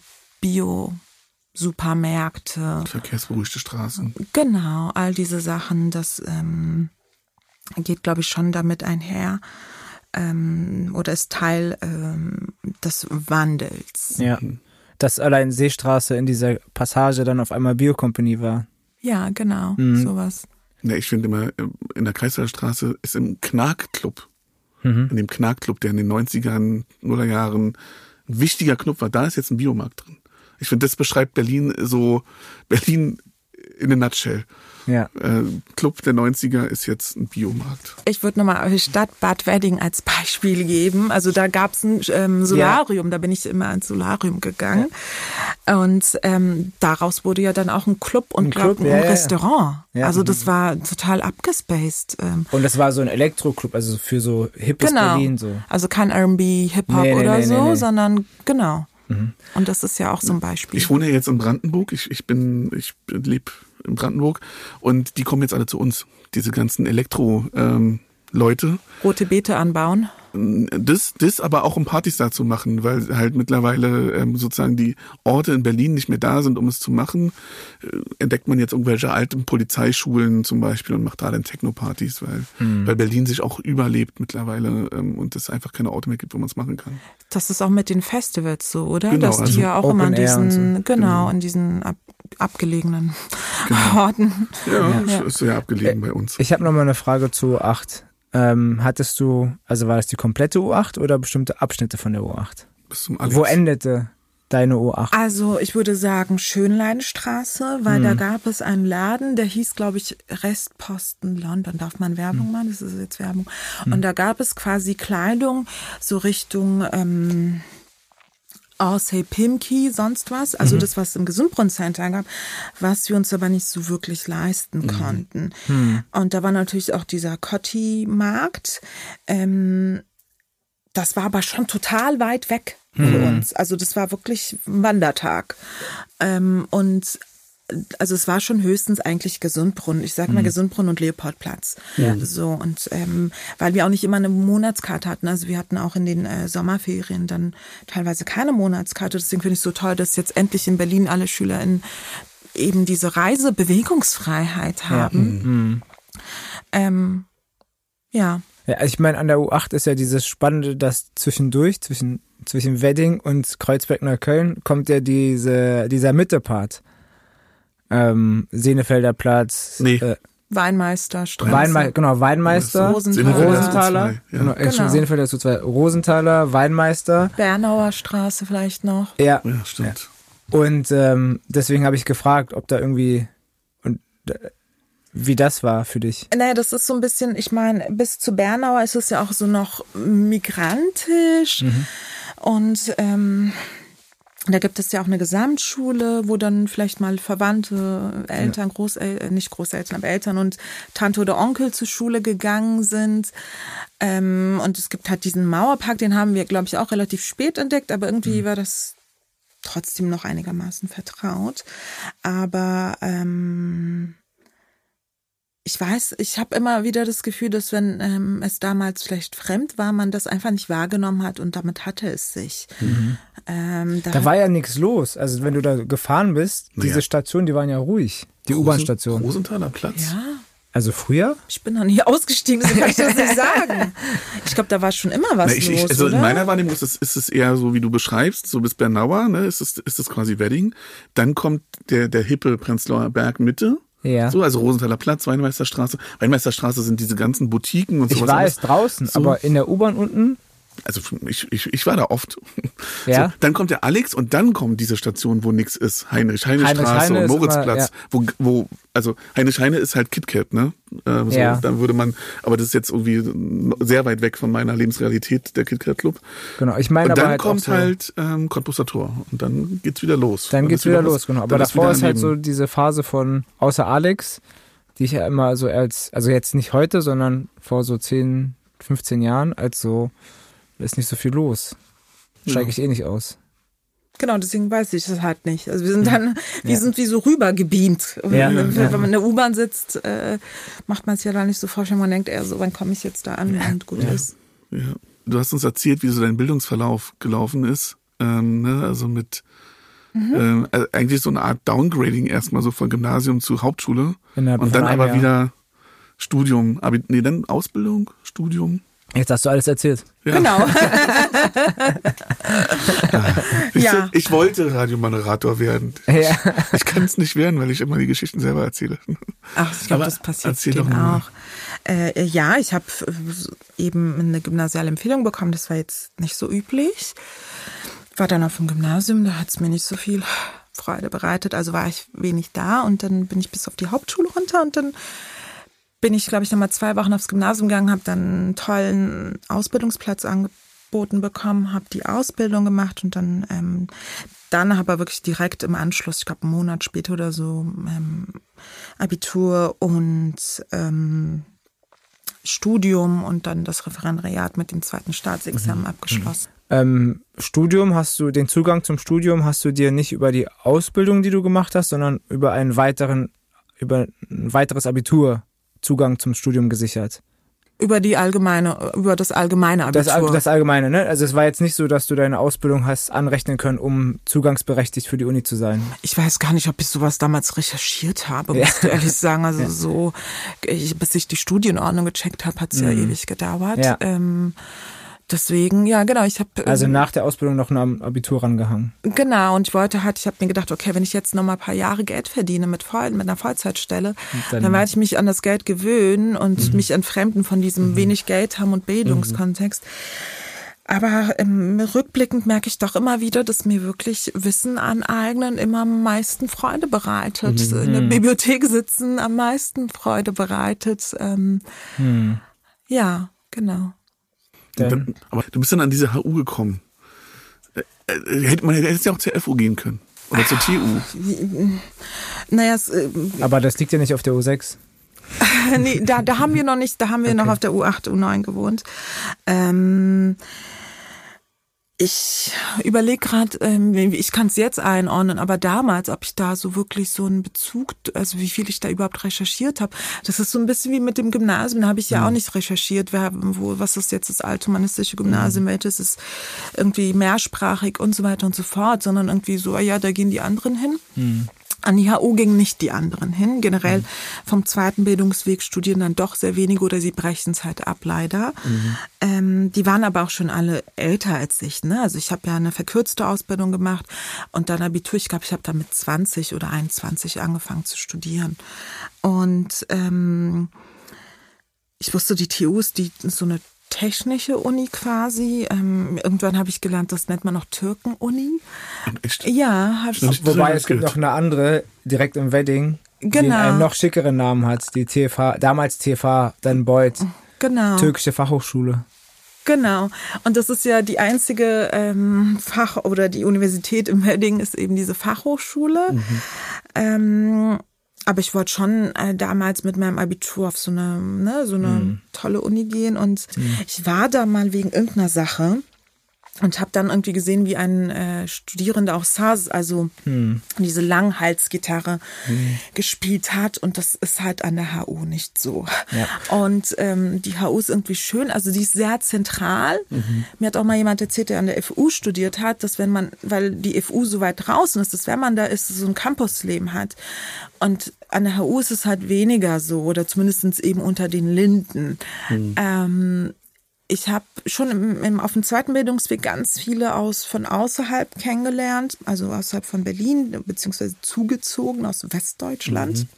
Bio-Supermärkte. Verkehrsberuhigte Straßen. Genau, all diese Sachen, das ähm, geht, glaube ich, schon damit einher. Ähm, oder ist Teil ähm, des Wandels. Ja, dass allein Seestraße in dieser Passage dann auf einmal Bio-Company war. Ja, genau, mhm. sowas. Ja, ich finde immer, in der Kreisler Straße ist im Knark-Club, mhm. in dem Knark-Club, der in den neunzigern, Nullerjahren ein wichtiger Knopf war, da ist jetzt ein Biomarkt drin. Ich finde, das beschreibt Berlin so, Berlin in a nutshell. Ja. Äh, Club der neunziger ist jetzt ein Biomarkt. Ich würde nochmal die Stadt Bad Wedding als Beispiel geben. Also da gab es ein ähm, Solarium, ja. Da bin ich immer ins Solarium gegangen. Ja. Und ähm, daraus wurde ja dann auch ein Club und ein, glaub, Club, ein ja, Restaurant. Ja. Also das war total abgespaced. Ähm. Und das war so ein Elektro-Club, also für so hippes genau. Berlin. So. Also kein R and B, Hip-Hop nee, nee, oder nee, so, nee, nee. sondern genau. Mhm. Und das ist ja auch so ein Beispiel. Ich wohne ja jetzt in Brandenburg. Ich, ich bin, ich lebe in Brandenburg und die kommen jetzt alle zu uns. Diese ganzen Elektro-Leute. Ähm, Rote Beete anbauen. Das, das aber auch um Partys da zu machen, weil halt mittlerweile ähm, sozusagen die Orte in Berlin nicht mehr da sind, um es zu machen. Äh, entdeckt man jetzt irgendwelche alten Polizeischulen zum Beispiel und macht da dann Techno-Partys, weil, mhm. weil Berlin sich auch überlebt mittlerweile ähm, und es einfach keine Orte mehr gibt, wo man es machen kann. Das ist auch mit den Festivals so, oder? Genau, dass die also ja auch immer in diesen, so. genau, genau, in diesen ab, abgelegenen genau. Orten. Ja, ja, ist sehr abgelegen bei uns. Ich habe noch mal eine Frage zu U acht. Ähm, hattest du, also war das die komplette U acht oder bestimmte Abschnitte von der U acht? Bis zum Alex. Wo endete deine U acht? Also ich würde sagen Schönleinstraße, weil hm. da gab es einen Laden, der hieß, glaube ich, Restposten London. Darf man Werbung hm. machen? Das ist jetzt Werbung. Hm. Und da gab es quasi Kleidung so Richtung ähm, Orsay Pimki, sonst was. Also mhm. das, was es im Gesundbrunnen-Center gab, was wir uns aber nicht so wirklich leisten mhm. konnten. Mhm. Und da war natürlich auch dieser Cotti-Markt. Ähm, das war aber schon total weit weg für mhm. uns. Also das war wirklich ein Wandertag. Ähm, und also es war schon höchstens eigentlich Gesundbrunnen. Ich sag mal mhm. Gesundbrunnen und Leopoldplatz. Ja. So und ähm, weil wir auch nicht immer eine Monatskarte hatten. Also wir hatten auch in den äh, Sommerferien dann teilweise keine Monatskarte. Deswegen finde ich es so toll, dass jetzt endlich in Berlin alle SchülerInnen eben diese Reisebewegungsfreiheit haben. Ja. Mhm. Ähm, ja. Ja, ich meine, an der U acht ist ja dieses Spannende, dass zwischendurch, zwischen, zwischen Wedding und Kreuzberg-Neukölln kommt ja diese, dieser Mitte-Part. Ähm, Senefelder Platz. Nee. Äh, Weinmeisterstraße. Weinme- genau, Weinmeister. Rosenthaler. Rosenthaler. Ja. Genau, genau. Senefelder ist so zwei. Rosenthaler, Weinmeister. Bernauer Straße vielleicht noch. Ja. Ja, stimmt. Ja. Und ähm, deswegen habe ich gefragt, ob da irgendwie und äh, wie das war für dich. Naja, das ist so ein bisschen, ich meine, bis zu Bernauer ist es ja auch so noch migrantisch mhm. und ähm, da gibt es ja auch eine Gesamtschule, wo dann vielleicht mal Verwandte, Eltern, ja. Großeltern, nicht Großeltern, aber Eltern und Tante oder Onkel zur Schule gegangen sind. Ähm, und es gibt halt diesen Mauerpark, den haben wir, glaube ich, auch relativ spät entdeckt, aber irgendwie mhm. war das trotzdem noch einigermaßen vertraut. Aber ähm, ich weiß, ich habe immer wieder das Gefühl, dass wenn ähm, es damals vielleicht fremd war, man das einfach nicht wahrgenommen hat und damit hatte es sich. Mhm. Ähm, da, da war ja nichts los. Also wenn du da gefahren bist, naja. diese Stationen, die waren ja ruhig. Die Rosen, U-Bahn-Station. Rosenthaler Platz? Ja. Also früher? Ich bin noch nie ausgestiegen, deswegen kann ich das nicht sagen. Ich glaube, da war schon immer was Na, ich, los, ich, Also oder? in meiner Wahrnehmung ist es, ist es eher so, wie du beschreibst, so bis Bernauer, ne, ist es, ist es quasi Wedding. Dann kommt der, der hippe Prenzlauer Berg Mitte. Ja. So, also Rosenthaler Platz, Weinmeisterstraße. Weinmeisterstraße sind diese ganzen Boutiquen und sowas. Ich war jetzt draußen, so. Aber in der U-Bahn unten? Also ich, ich, ich war da oft. Ja. So, dann kommt der Alex und dann kommt diese Station, wo nichts ist. Heinrich-Heine-Straße und Moritzplatz. Wo, wo, also Heinrich-Heine ist halt KitKat, ne? Äh, so, ja. Dann würde man, aber das ist jetzt irgendwie sehr weit weg von meiner Lebensrealität, der KitKat-Club. Genau, ich meine aber dann halt kommt so halt ähm, Cottbuser Tor und dann geht's wieder los. Dann, dann geht's wieder, wieder los, genau. Aber davor ist, ist halt so diese Phase von, außer Alex, die ich ja immer so als, also jetzt nicht heute, sondern vor so zehn, fünfzehn Jahren, als so, da ist nicht so viel los. Steige ich eh nicht aus. Genau, deswegen weiß ich das halt nicht. Also wir sind dann, wir ja. sind wie so rübergebeamt. Ja, wenn, ja. wenn man in der U-Bahn sitzt, äh, macht man es ja da nicht so vorstellen. Man denkt eher so, wann komme ich jetzt da an ja. und gut ja. ist. Ja. Du hast uns erzählt, wie so dein Bildungsverlauf gelaufen ist. Ähm, ne? Also mit mhm. ähm, also eigentlich so eine Art Downgrading erstmal so von Gymnasium zu Hauptschule. Innerhalb und dann aber Jahr. wieder Studium. Abi- nee, dann Ausbildung, Studium. Jetzt hast du alles erzählt. Ja. Genau. ich, ja. ich wollte Radiomoderator werden. Ja. Ich kann es nicht werden, weil ich immer die Geschichten selber erzähle. Ach, ich glaube, das passiert denen auch. Äh, ja, ich habe eben eine gymnasiale Empfehlung bekommen. Das war jetzt nicht so üblich. war dann auf dem Gymnasium, da hat es mir nicht so viel Freude bereitet, also war ich wenig da und dann bin ich bis auf die Hauptschule runter und dann bin ich, glaube ich, nochmal zwei Wochen aufs Gymnasium gegangen, habe dann einen tollen Ausbildungsplatz angeboten bekommen, habe die Ausbildung gemacht und dann ähm, dann aber wirklich direkt im Anschluss, ich glaube einen Monat später oder so, ähm, Abitur und ähm, Studium und dann das Referendariat mit dem zweiten Staatsexamen mhm. abgeschlossen. Ähm, Studium hast du, den Zugang zum Studium hast du dir nicht über die Ausbildung, die du gemacht hast, sondern über einen weiteren, über ein weiteres Abitur Zugang zum Studium gesichert. Über die allgemeine, über das allgemeine Abitur. Das, das allgemeine, ne? Also es war jetzt nicht so, dass du deine Ausbildung hast anrechnen können, um zugangsberechtigt für die Uni zu sein. Ich weiß gar nicht, ob ich sowas damals recherchiert habe, muss ich ja. ehrlich sagen. Also ja. so, ich, bis ich die Studienordnung gecheckt habe, hat es mhm. ja ewig gedauert. Ja. Ähm, Deswegen, ja, genau, ich habe... Also nach der Ausbildung noch ein Abitur rangehangen. Genau, und ich wollte halt, ich habe mir gedacht, okay, wenn ich jetzt noch mal ein paar Jahre Geld verdiene mit, Voll, mit einer Vollzeitstelle, dann, dann werde ich mich an das Geld gewöhnen und mhm. mich entfremden von diesem mhm. wenig Geld haben und Bildungskontext. Mhm. Aber ähm, rückblickend merke ich doch immer wieder, dass mir wirklich Wissen aneignen immer am meisten Freude bereitet. Mhm. In der Bibliothek sitzen am meisten Freude bereitet. Ähm, mhm. Ja, genau. Dann, aber du bist dann an diese H U gekommen. Hätte man hätte ja auch zur F U gehen können. Oder zur T U. Naja, es, äh, aber das liegt ja nicht auf der U sechs. nee, da, da haben wir noch nicht, da haben wir okay. noch auf der U acht, U neun gewohnt. Ähm, ich überlege gerade, ähm, ich kann es jetzt einordnen, aber damals, ob ich da so wirklich so einen Bezug, also wie viel ich da überhaupt recherchiert habe, das ist so ein bisschen wie mit dem Gymnasium, da habe ich ja mhm. auch nicht recherchiert, wer, wo, was ist jetzt das althumanistische Gymnasium, mhm. welches ist irgendwie mehrsprachig und so weiter und so fort, sondern irgendwie so, ja, da gehen die anderen hin. Mhm. An die H U gingen nicht die anderen hin. Generell mhm. vom zweiten Bildungsweg studieren dann doch sehr wenige oder sie brechen es halt ab, leider. Mhm. Ähm, die waren aber auch schon alle älter als ich. Ne? Also ich habe ja eine verkürzte Ausbildung gemacht und dann Abitur. Ich glaube, ich habe da mit zwanzig oder einundzwanzig angefangen zu studieren. Und ähm, ich wusste, die T U ist die, so eine technische Uni quasi. Ähm, irgendwann habe ich gelernt, das nennt man noch Türken-Uni. Echt? Ja. Hab ich Wobei es gibt noch eine andere, direkt im Wedding, genau. die einen noch schickeren Namen hat. Die T F H, damals T F H, dann Beuth. Genau. Türkische Fachhochschule. Genau. Und das ist ja die einzige ähm, Fach- oder die Universität im Wedding ist eben diese Fachhochschule. Mhm. Ähm, Aber ich wollte schon äh, damals mit meinem Abitur auf so eine, ne, so eine mm. tolle Uni gehen. Und mm. ich war da mal wegen irgendeiner Sache und habe dann irgendwie gesehen, wie ein äh, Studierender auch Saz, also mm. diese Langhalsgitarre mm. gespielt hat. Und das ist halt an der H U nicht so. Ja. Und ähm, die H U ist irgendwie schön, also die ist sehr zentral. Mhm. Mir hat auch mal jemand erzählt, der an der F U studiert hat, dass wenn man, weil die F U so weit draußen ist, dass wenn man da ist, so ein Campusleben hat. Und an der H U ist es halt weniger so, oder zumindest eben unter den Linden. Mhm. Ähm, ich habe schon im, im, auf dem zweiten Bildungsweg ganz viele aus von außerhalb kennengelernt, also außerhalb von Berlin, beziehungsweise zugezogen aus Westdeutschland. Mhm.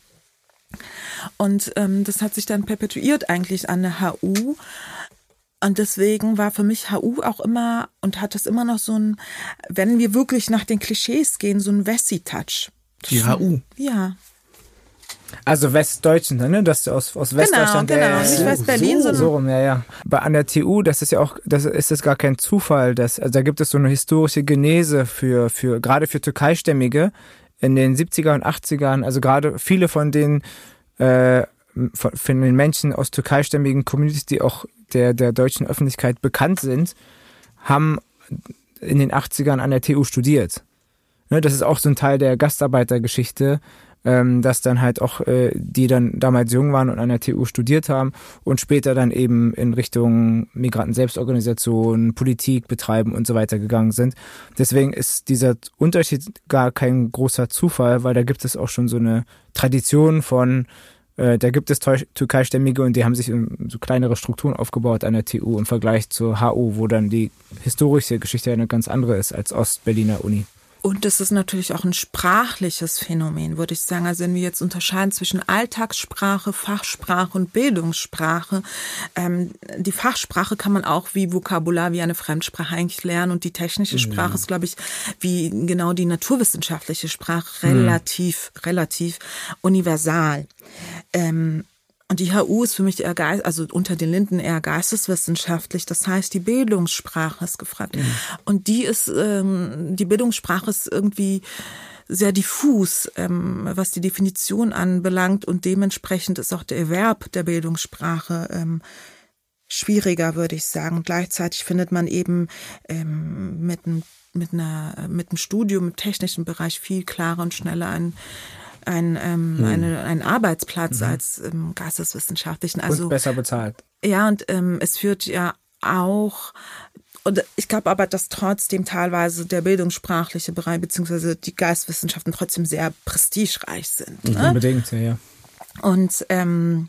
Und ähm, das hat sich dann perpetuiert eigentlich an der H U. Und deswegen war für mich H U auch immer und hat es immer noch so ein, wenn wir wirklich nach den Klischees gehen, so ein Wessi-Touch. Die H U? Ja. Also Westdeutschland, ne? Das aus, aus Westdeutschland. Genau, genau. Äh, Nicht West-Berlin, so, sondern... So rum, ja, ja. Bei, an der T U, das ist ja auch, das ist das gar kein Zufall. Dass, also da gibt es so eine historische Genese für, für gerade für Türkeistämmige in den siebziger und achtzigern. Also gerade viele von den, äh, von, von den Menschen aus türkeistämmigen Communities, die auch der, der deutschen Öffentlichkeit bekannt sind, haben in den achtzigern an der T U studiert. Ne, das ist auch so ein Teil der Gastarbeitergeschichte, ähm, dass dann halt auch äh, die dann damals jung waren und an der T U studiert haben und später dann eben in Richtung Migranten-Selbstorganisation, Politik betreiben und so weiter gegangen sind. Deswegen ist dieser Unterschied gar kein großer Zufall, weil da gibt es auch schon so eine Tradition von, äh, da gibt es Türkeistämmige und die haben sich in so kleinere Strukturen aufgebaut an der T U im Vergleich zur H U, wo dann die historische Geschichte eine ganz andere ist als Ostberliner Uni. Und es ist natürlich auch ein sprachliches Phänomen, würde ich sagen. Also wenn wir jetzt unterscheiden zwischen Alltagssprache, Fachsprache und Bildungssprache, ähm, die Fachsprache kann man auch wie Vokabular, wie eine Fremdsprache eigentlich lernen. Und die technische Sprache ja. ist, glaube ich, wie genau die naturwissenschaftliche Sprache relativ, mhm. relativ universal. Ähm, Und die H U ist für mich eher Geist, also unter den Linden eher geisteswissenschaftlich. Das heißt, die Bildungssprache ist gefragt. Mhm. Und die ist, ähm, die Bildungssprache ist irgendwie sehr diffus, ähm, was die Definition anbelangt. Und dementsprechend ist auch der Erwerb der Bildungssprache ähm, schwieriger, würde ich sagen. Und gleichzeitig findet man eben ähm, mit einem mit einer mit einem Studium im technischen Bereich viel klarer und schneller ein Ein, ähm, hm. eine, ein Arbeitsplatz mhm. als ähm, geisteswissenschaftlichen. Also, und besser bezahlt. Ja, und ähm, es führt ja auch, und ich glaube aber, dass trotzdem teilweise der bildungssprachliche Bereich beziehungsweise die Geisteswissenschaften trotzdem sehr prestigereich sind. Mhm. Ne? Unbedingt, ja, ja. Und ähm,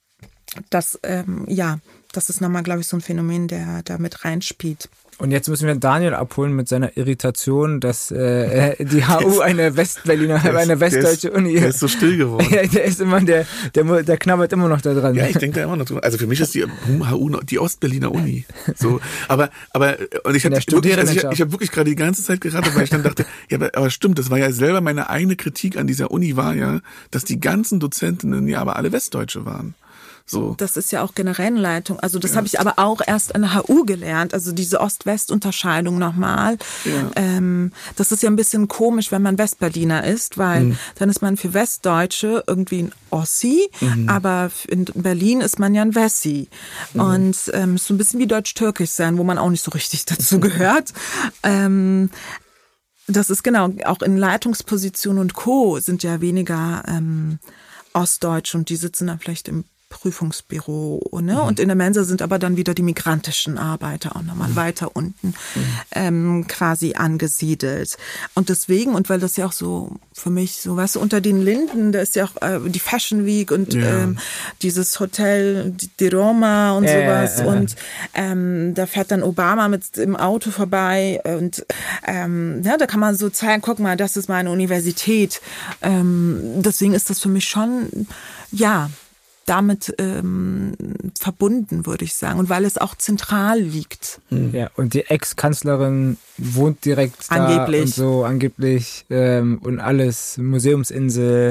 das, ähm, ja, das ist nochmal, glaube ich, so ein Phänomen, der da mit reinspielt. Und jetzt müssen wir Daniel abholen mit seiner Irritation, dass äh, die H U eine Westberliner, ist, eine westdeutsche der ist, Uni ist. Der ist so still geworden. Ja, der ist immer, der, der, der knabbert immer noch da dran. Ja, ich denke da immer noch drüber. Also für mich ist die H U die Ostberliner Uni. So, aber, aber, und ich habe wirklich, also ich, ich habe wirklich gerade die ganze Zeit geraten, weil ich dann dachte, ja, aber, aber stimmt, das war ja selber meine eigene Kritik an dieser Uni war ja, dass die ganzen Dozentinnen ja aber alle Westdeutsche waren. So. Das ist ja auch generell eine Leitung. Also das ja. habe ich aber auch erst an der H U gelernt. Also diese Ost-West-Unterscheidung nochmal. Ja. Ähm, das ist ja ein bisschen komisch, wenn man Westberliner ist, weil mhm. dann ist man für Westdeutsche irgendwie ein Ossi, mhm. aber in Berlin ist man ja ein Wessi. Mhm. Und ähm, so ein bisschen wie Deutsch-Türkisch sein, wo man auch nicht so richtig dazu gehört. ähm, das ist genau, auch in Leitungspositionen und Co. sind ja weniger ähm, Ostdeutsche und die sitzen dann vielleicht im Prüfungsbüro, ne? Mhm. Und in der Mensa sind aber dann wieder die migrantischen Arbeiter auch nochmal mhm. weiter unten mhm. ähm, quasi angesiedelt. Und deswegen, und weil das ja auch so für mich so, weißt du, unter den Linden, da ist ja auch äh, die Fashion Week und ja. ähm, dieses Hotel die Roma und äh, sowas äh. und ähm, da fährt dann Obama mit im Auto vorbei und ähm, ja, da kann man so zeigen, guck mal, das ist meine Universität. Ähm, deswegen ist das für mich schon, ja, damit ähm, verbunden, würde ich sagen. Und weil es auch zentral liegt. Ja, und die Ex-Kanzlerin wohnt direkt da angeblich. Und so, angeblich. Ähm, und alles, Museumsinsel.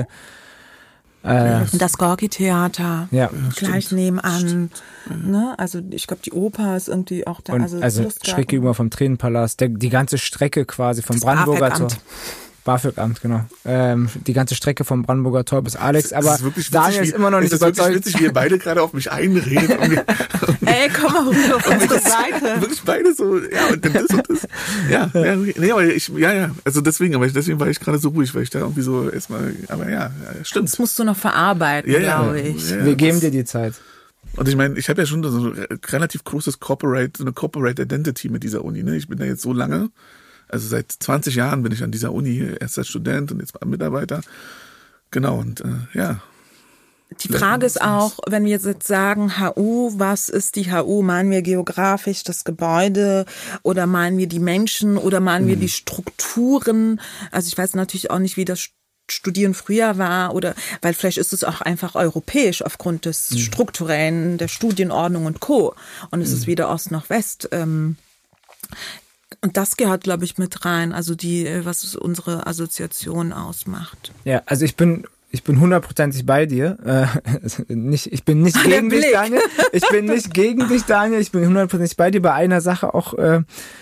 Äh, und das Gorki-Theater ja. gleich stimmt. nebenan. Ne? Also ich glaube, die Oper ist irgendwie auch da. Und also also schräg gegenüber vom Tränenpalast. Der, die ganze Strecke quasi vom das Brandenburger Tor. BAföG-Amt. BAföG-Amt, genau. Ähm, die ganze Strecke vom Brandenburger Tor bis Alex, aber ist witzig, Daniel ist immer noch nicht überzeugt. Es ist wirklich witzig, wie ihr beide gerade auf mich einredet. Und mir, und Ey, komm mal rüber auf unsere Seite. Wirklich beide so, ja, und dann das und das. Ja, ja, nee, aber ich, ja, ja, also deswegen, aber ich, deswegen war ich gerade so ruhig, weil ich da irgendwie so erstmal, aber ja, stimmt. Das musst du noch verarbeiten, ja, ja, glaube ich. Ja, Wir geben dir die Zeit. Und ich meine, ich habe ja schon so ein relativ großes Corporate, so eine Corporate Identity mit dieser Uni, ne? Ich bin da jetzt so lange. Also seit zwanzig Jahren bin ich an dieser Uni, erst als Student und jetzt als Mitarbeiter. Genau, und äh, ja. Die Frage ist auch, wenn wir jetzt sagen H U, was ist die H U? Meinen wir geografisch das Gebäude oder meinen wir die Menschen oder meinen wir die Strukturen? Also ich weiß natürlich auch nicht, wie das Studieren früher war oder, weil vielleicht ist es auch einfach europäisch aufgrund des mhm. strukturellen, der Studienordnung und Co. Und es mhm. ist weder Ost noch West. Ähm, Und das gehört, glaube ich, mit rein, also die, was unsere Assoziation ausmacht. Ja, also ich bin, ich bin hundertprozentig bei dir. Äh, nicht, ich bin nicht Ach, gegen dich, Blick. Daniel. Ich bin nicht gegen dich, Daniel. Ich bin hundertprozentig bei dir bei einer Sache auch, äh,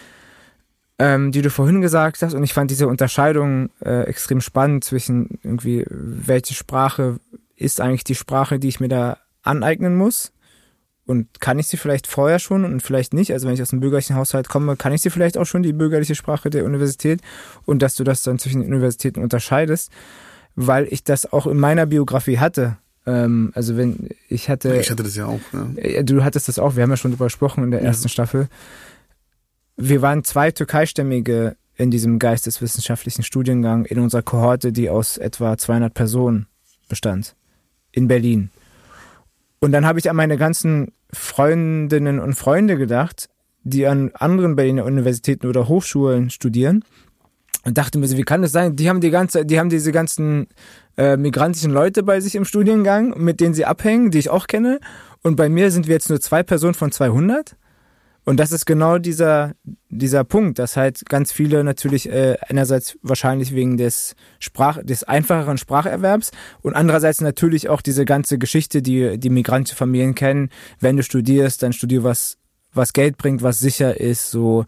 ähm, die du vorhin gesagt hast. Und ich fand diese Unterscheidung äh, extrem spannend zwischen irgendwie, welche Sprache ist eigentlich die Sprache, die ich mir da aneignen muss. Und kann ich sie vielleicht vorher schon und vielleicht nicht? Also wenn ich aus dem bürgerlichen Haushalt komme, kann ich sie vielleicht auch schon, die bürgerliche Sprache der Universität? Und dass du das dann zwischen den Universitäten unterscheidest, weil ich das auch in meiner Biografie hatte. Ähm, also wenn ich hatte... Ich hatte das ja auch. Ja. Du hattest das auch, wir haben ja schon drüber gesprochen in der ja. ersten Staffel. Wir waren zwei Türkeistämmige in diesem geisteswissenschaftlichen Studiengang in unserer Kohorte, die aus etwa zweihundert Personen bestand. In Berlin. Und dann habe ich an meine ganzen Freundinnen und Freunde gedacht, die an anderen Berliner Universitäten oder Hochschulen studieren. Und dachte mir so, wie kann das sein? Die haben die ganze, die haben diese ganzen äh, migrantischen Leute bei sich im Studiengang, mit denen sie abhängen, die ich auch kenne. Und bei mir sind wir jetzt nur zwei Personen von zweihundert. Und das ist genau dieser dieser Punkt, dass halt ganz viele natürlich äh, einerseits wahrscheinlich wegen des Sprach des einfacheren Spracherwerbs und andererseits natürlich auch diese ganze Geschichte, die die migrantische Familien kennen. Wenn du studierst, dann studier was was Geld bringt, was sicher ist, so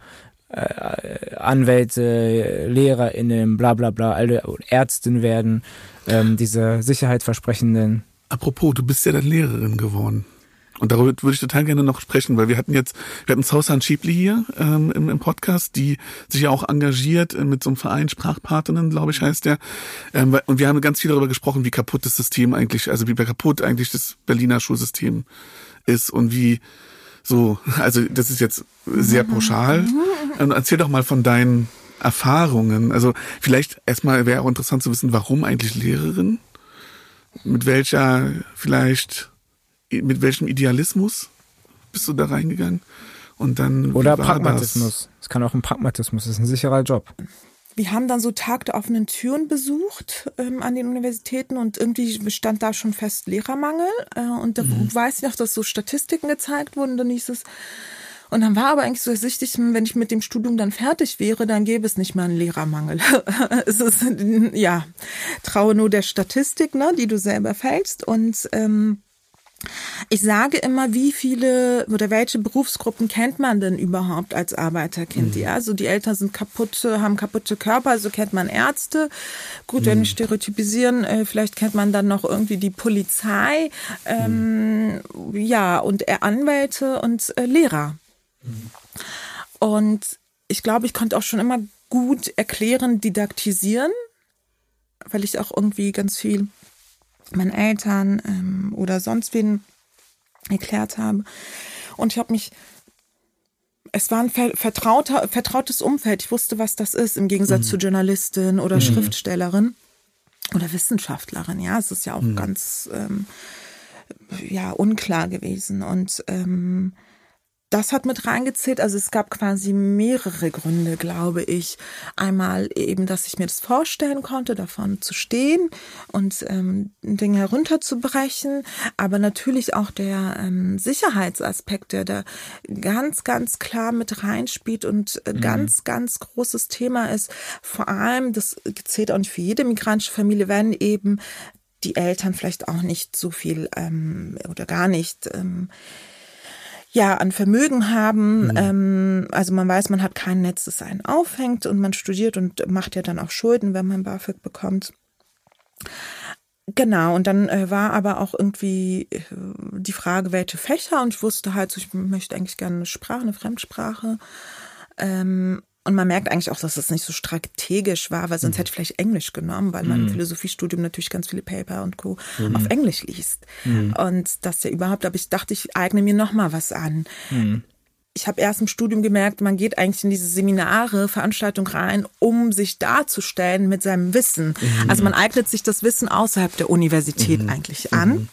äh, Anwälte, LehrerInnen, bla bla bla, alle Ärztin werden, ähm, diese sicherheitsversprechenden. Apropos, du bist ja dann Lehrerin geworden. Und darüber würde ich total gerne noch sprechen, weil wir hatten jetzt, wir hatten Sausan Schibli hier ähm, im, im Podcast, die sich ja auch engagiert äh, mit so einem Verein, Sprachpartnerinnen, glaube ich, heißt der. Ähm, und wir haben ganz viel darüber gesprochen, wie kaputt das System eigentlich, also wie kaputt eigentlich das Berliner Schulsystem ist und wie so, also das ist jetzt sehr pauschal. Ähm, erzähl doch mal von deinen Erfahrungen. Also vielleicht erstmal wäre auch interessant zu wissen, warum eigentlich Lehrerin? Mit welcher vielleicht... Mit welchem Idealismus bist du da reingegangen? Und dann Oder Pragmatismus. Es kann auch ein Pragmatismus, das ist ein sicherer Job. Wir haben dann so Tag der offenen Türen besucht ähm, an den Universitäten und irgendwie stand da schon fest Lehrermangel. Äh, und da mhm. weiß ich noch, dass so Statistiken gezeigt wurden. Und dann hieß es, und dann war aber eigentlich so ersichtlich, wenn ich mit dem Studium dann fertig wäre, dann gäbe es nicht mehr einen Lehrermangel. Es ist, ja, traue nur der Statistik, ne, die du selber fällst. Und ähm, ich sage immer, wie viele oder welche Berufsgruppen kennt man denn überhaupt als Arbeiterkind? Mhm. Ja, also die Eltern sind kaputt, haben kaputte Körper, also kennt man Ärzte. Gut, mhm. wenn wir stereotypisieren, vielleicht kennt man dann noch irgendwie die Polizei, ähm, mhm. ja, und Anwälte und äh, Lehrer. Mhm. Und ich glaube, ich konnte auch schon immer gut erklären, didaktisieren, weil ich auch irgendwie ganz viel meinen Eltern ähm, oder sonst wen erklärt habe. Und ich habe mich, es war ein vertrauter, vertrautes Umfeld. Ich wusste, was das ist, im Gegensatz mhm. zu Journalistin oder mhm. Schriftstellerin oder Wissenschaftlerin. Ja, es ist ja auch mhm. ganz ähm, ja, unklar gewesen. Und ähm, das hat mit reingezählt. Also es gab quasi mehrere Gründe, glaube ich. Einmal eben, dass ich mir das vorstellen konnte, davon zu stehen und ähm, Dinge herunterzubrechen. Aber natürlich auch der ähm, Sicherheitsaspekt, der da ganz, ganz klar mit reinspielt und äh, mhm. ganz, ganz großes Thema ist. Vor allem, das zählt auch nicht für jede migrantische Familie, wenn eben die Eltern vielleicht auch nicht so viel ähm, oder gar nicht ähm, ja, an Vermögen haben. Mhm. Ähm, also man weiß, man hat kein Netz, das einen aufhängt und man studiert und macht ja dann auch Schulden, wenn man BAföG bekommt. Genau, und dann äh, war aber auch irgendwie äh, die Frage, welche Fächer, und ich wusste halt, so, ich möchte eigentlich gerne eine Sprache, eine Fremdsprache. Ähm, Und man merkt eigentlich auch, dass das nicht so strategisch war, weil sonst mhm. hätte ich vielleicht Englisch genommen, weil man mhm. im Philosophiestudium natürlich ganz viele Paper und Co. Mhm. auf Englisch liest. Mhm. Und das ja überhaupt, aber ich dachte, ich eigne mir noch mal was an. Mhm. Ich habe erst im Studium gemerkt, man geht eigentlich in diese Seminare, Veranstaltungen rein, um sich darzustellen mit seinem Wissen. Mhm. Also man eignet sich das Wissen außerhalb der Universität mhm. eigentlich an. Mhm.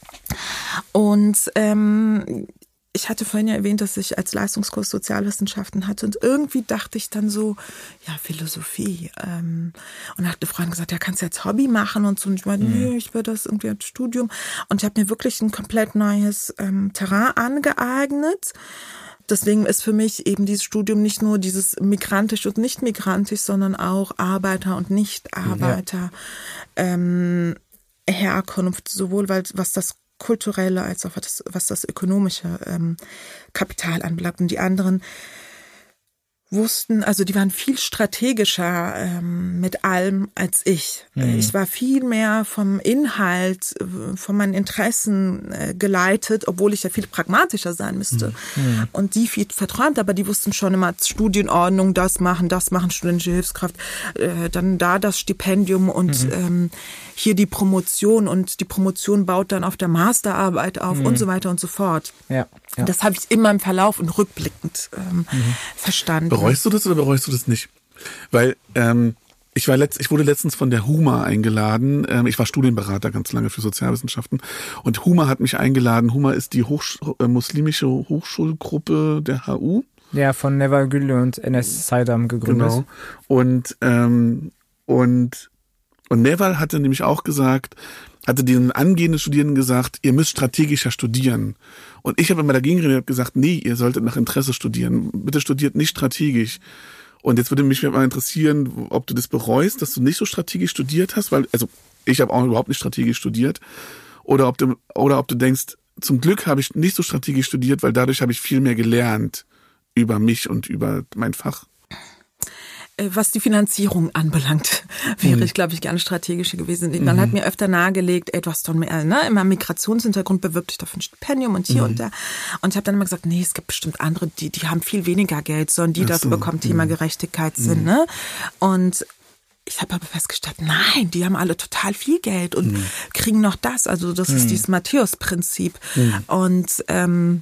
Und ähm, ich hatte vorhin ja erwähnt, dass ich als Leistungskurs Sozialwissenschaften hatte und irgendwie dachte ich dann so, ja, Philosophie. Ähm, und da hat eine Freundin gesagt, ja, kannst du jetzt Hobby machen und so. Und ich meinte, mhm. nee, ich will das irgendwie als Studium. Und ich habe mir wirklich ein komplett neues ähm, Terrain angeeignet. Deswegen ist für mich eben dieses Studium nicht nur dieses migrantisch und nicht migrantisch, sondern auch Arbeiter und Nicht-Arbeiter ja. ähm, Herkunft, sowohl weil was das kulturelle als auch was das, was das ökonomische ähm, Kapital anbelangt. Und die anderen wussten, also die waren viel strategischer ähm, mit allem als ich. Mhm. Ich war viel mehr vom Inhalt, von meinen Interessen äh, geleitet, obwohl ich ja viel pragmatischer sein müsste. Mhm. Und die viel verträumt, aber die wussten schon immer Studienordnung, das machen, das machen, studentische Hilfskraft, äh, dann da das Stipendium und mhm. ähm, hier die Promotion und die Promotion baut dann auf der Masterarbeit auf mhm. und so weiter und so fort. Ja, ja. Das habe ich immer im Verlauf und rückblickend ähm, mhm. verstanden. Bereust du das oder bereust du das nicht? Weil ähm, ich war letzt, ich wurde letztens von der H U M A eingeladen. Ähm, ich war Studienberater ganz lange für Sozialwissenschaften und H U M A hat mich eingeladen. H U M A ist die Hochsch- äh, muslimische Hochschulgruppe der H U. Ja, von Neval Gülle und Enes Saidam gegründet. Genau. Und, ähm, und, und Neval hatte nämlich auch gesagt, hatte den angehenden Studierenden gesagt, ihr müsst strategischer studieren. Und ich habe immer dagegen geredet und gesagt, nee, ihr solltet nach Interesse studieren. Bitte studiert nicht strategisch. Und jetzt würde mich mal interessieren, ob du das bereust, dass du nicht so strategisch studiert hast, weil, also ich habe auch überhaupt nicht strategisch studiert. Oder ob du, oder ob du denkst, zum Glück habe ich nicht so strategisch studiert, weil dadurch habe ich viel mehr gelernt über mich und über mein Fach. Was die Finanzierung anbelangt, wäre ich, glaube ich, gerne strategischer gewesen. Man mhm. hat mir öfter nahegelegt, ey, du hast doch mehr, ne, immer Migrationshintergrund, bewirb dich doch für ein Stipendium und hier mhm. und da. Und ich habe dann immer gesagt, nee, es gibt bestimmt andere, die die haben viel weniger Geld, sondern die das so. bekommen, Thema mhm. Gerechtigkeit sind. Mhm. Ne? Und ich habe aber festgestellt, nein, die haben alle total viel Geld und mhm. kriegen noch das. Also das mhm. ist dieses Matthäus-Prinzip. Mhm. Und ähm,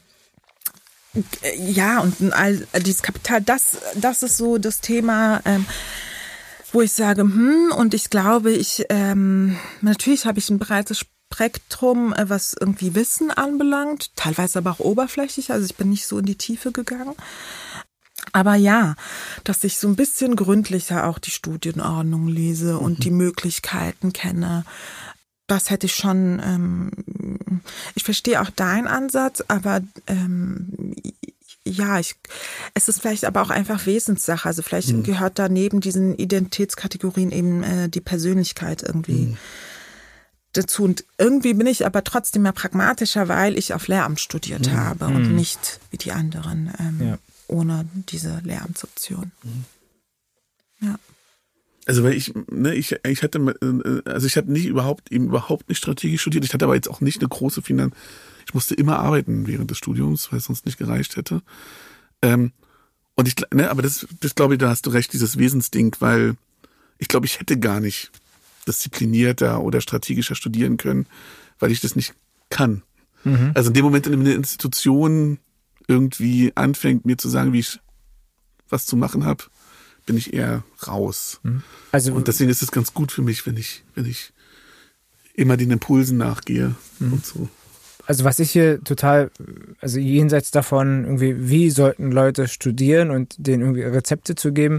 ja, und all dieses Kapital, das, das ist so das Thema, ähm, wo ich sage, hm, und ich glaube, ich, ähm, natürlich habe ich ein breites Spektrum, was irgendwie Wissen anbelangt, teilweise aber auch oberflächlich, also ich bin nicht so in die Tiefe gegangen. Aber ja, dass ich so ein bisschen gründlicher auch die Studienordnung lese und mhm. die Möglichkeiten kenne. Das hätte ich schon, ähm, ich verstehe auch deinen Ansatz, aber ähm, ja, ich, es ist vielleicht aber auch einfach Wesenssache. Also vielleicht mhm. gehört da neben diesen Identitätskategorien eben äh, die Persönlichkeit irgendwie mhm. dazu. Und irgendwie bin ich aber trotzdem mehr pragmatischer, weil ich auf Lehramt studiert mhm. habe und mhm. nicht wie die anderen ähm, ja. ohne diese Lehramtsoption. Mhm. Ja. Also weil ich, ne, ich, ich hatte, also ich hatte nicht überhaupt, eben überhaupt nicht strategisch studiert. Ich hatte aber jetzt auch nicht eine große Finanz. Ich musste immer arbeiten während des Studiums, weil es sonst nicht gereicht hätte. Ähm, und ich, ne, aber das, das glaube ich, da hast du recht, dieses Wesensding, weil ich glaube, ich hätte gar nicht disziplinierter oder strategischer studieren können, weil ich das nicht kann. Mhm. Also in dem Moment, in dem eine Institution irgendwie anfängt, mir zu sagen, wie ich was zu machen habe, bin ich eher raus. Also, und deswegen ist es ganz gut für mich, wenn ich, wenn ich immer den Impulsen nachgehe mhm. und so. Also was ich hier total, also jenseits davon, irgendwie, wie sollten Leute studieren und denen irgendwie Rezepte zu geben,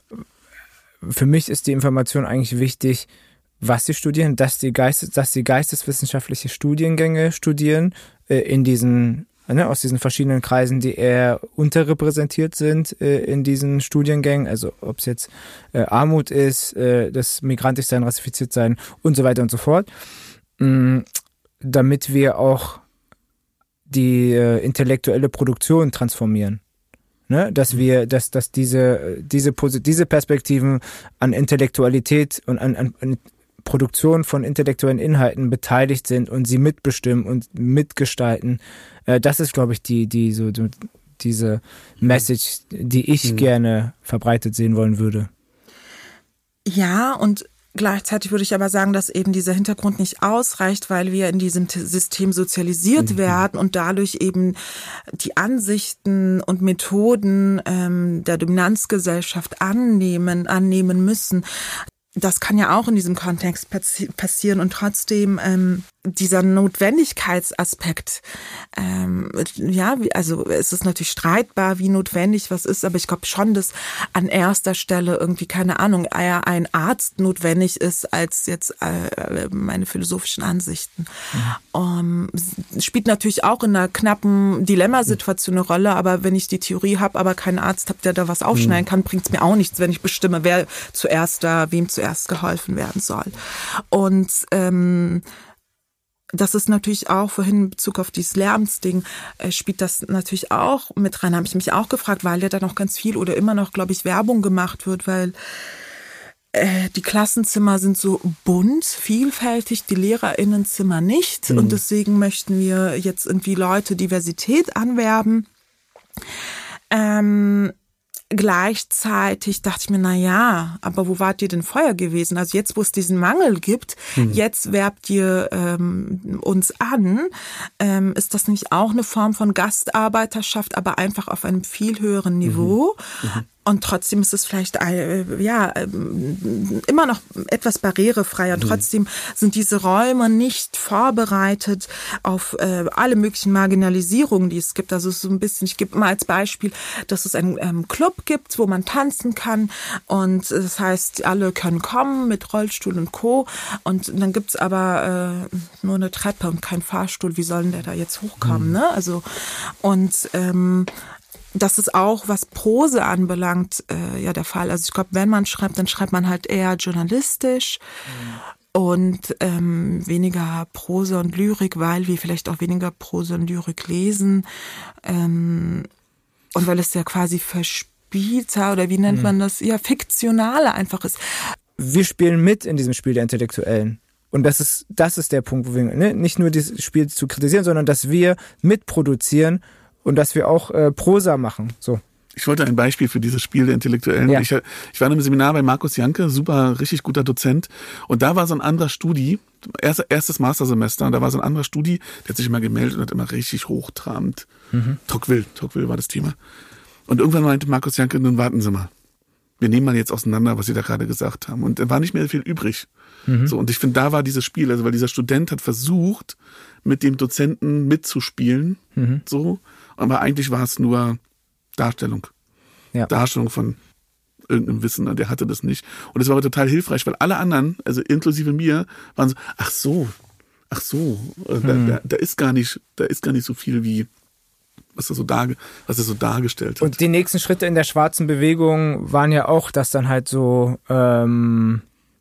für mich ist die Information eigentlich wichtig, was sie studieren, dass die Geistes, dass sie geisteswissenschaftliche Studiengänge studieren, äh, in diesen Ne, aus diesen verschiedenen Kreisen, die eher unterrepräsentiert sind äh, in diesen Studiengängen, also ob es jetzt äh, Armut ist, äh, das Migrantischsein, Rassifiziertsein und so weiter und so fort, mh, damit wir auch die äh, intellektuelle Produktion transformieren. Ne, dass wir, dass, dass diese, diese, diese Perspektiven an Intellektualität und an, an, an Produktion von intellektuellen Inhalten beteiligt sind und sie mitbestimmen und mitgestalten. Das ist, glaube ich, die, die, so, diese Message, die ich mhm. gerne verbreitet sehen wollen würde. Ja, und gleichzeitig würde ich aber sagen, dass eben dieser Hintergrund nicht ausreicht, weil wir in diesem System sozialisiert mhm. werden und dadurch eben die Ansichten und Methoden ähm, der Dominanzgesellschaft annehmen, annehmen müssen. Das kann ja auch in diesem Kontext passi- passieren und trotzdem ähm, dieser Notwendigkeitsaspekt, ähm, ja, wie, also es ist natürlich streitbar, wie notwendig was ist, aber ich glaube schon, dass an erster Stelle irgendwie, keine Ahnung, eher ein Arzt notwendig ist, als jetzt äh, meine philosophischen Ansichten. Mhm. Um, spielt natürlich auch in einer knappen Dilemmasituation eine Rolle, aber wenn ich die Theorie habe, aber keinen Arzt habe, der da was aufschneiden kann, bringt es mir auch nichts, wenn ich bestimme, wer zuerst da, wem zuerst geholfen werden soll. Und ähm, das ist natürlich auch, vorhin in Bezug auf dieses Lehramtsding, äh, spielt das natürlich auch mit rein, habe ich mich auch gefragt, weil ja da noch ganz viel oder immer noch, glaube ich, Werbung gemacht wird, weil äh, die Klassenzimmer sind so bunt, vielfältig, die LehrerInnenzimmer nicht. Mhm. Und deswegen möchten wir jetzt irgendwie Leute Diversität anwerben. Ähm, Gleichzeitig dachte ich mir, na ja, aber wo wart ihr denn vorher gewesen? Also jetzt, wo es diesen Mangel gibt, hm. jetzt werbt ihr ähm, uns an. Ähm, ist das nicht auch eine Form von Gastarbeiterschaft, aber einfach auf einem viel höheren Niveau? Mhm. Mhm. Und trotzdem ist es vielleicht ja immer noch etwas barrierefreier. Trotzdem sind diese Räume nicht vorbereitet auf äh, alle möglichen Marginalisierungen, die es gibt. Also so ein bisschen, ich gebe mal als Beispiel, dass es einen ähm, Club gibt, wo man tanzen kann. Und das heißt, alle können kommen mit Rollstuhl und Co. Und dann gibt's aber äh, nur eine Treppe und kein Fahrstuhl. Wie soll denn der da jetzt hochkommen? Mhm. Ne? Also und ähm, das ist auch, was Prose anbelangt, äh, ja der Fall. Also ich glaube, wenn man schreibt, dann schreibt man halt eher journalistisch mhm. und ähm, weniger Prose und Lyrik, weil wir vielleicht auch weniger Prose und Lyrik lesen ähm, und weil es ja quasi verspielter oder wie nennt mhm. man das, ja fiktionaler einfach ist. Wir spielen mit in diesem Spiel der Intellektuellen. Und das ist, das ist der Punkt, wo wir ne, nicht nur dieses Spiel zu kritisieren, sondern dass wir mitproduzieren. Und dass wir auch äh, Prosa machen. So. Ich wollte ein Beispiel für dieses Spiel der Intellektuellen. Ja. Ich, ich war in einem Seminar bei Markus Janke, super, richtig guter Dozent. Und da war so ein anderer Studi, erst, erstes Mastersemester, und da war so ein anderer Studi, der hat sich immer gemeldet und hat immer richtig hochtrabend. Mhm. Tocqueville, Tocqueville war das Thema. Und irgendwann meinte Markus Janke, nun warten Sie mal. Wir nehmen mal jetzt auseinander, was Sie da gerade gesagt haben. Und da war nicht mehr viel übrig. Mhm. So, und ich finde, da war dieses Spiel, also weil dieser Student hat versucht, mit dem Dozenten mitzuspielen, mhm. so. Aber eigentlich war es nur Darstellung. Ja. Darstellung von irgendeinem Wissen, der hatte das nicht. Und es war aber total hilfreich, weil alle anderen, also inklusive mir, waren so, ach so, ach so, hm. da, da, da ist gar nicht, da ist gar nicht so viel wie, was er so, darge, was er so dargestellt hat. Und die nächsten Schritte in der schwarzen Bewegung waren ja auch, dass dann halt so, ähm,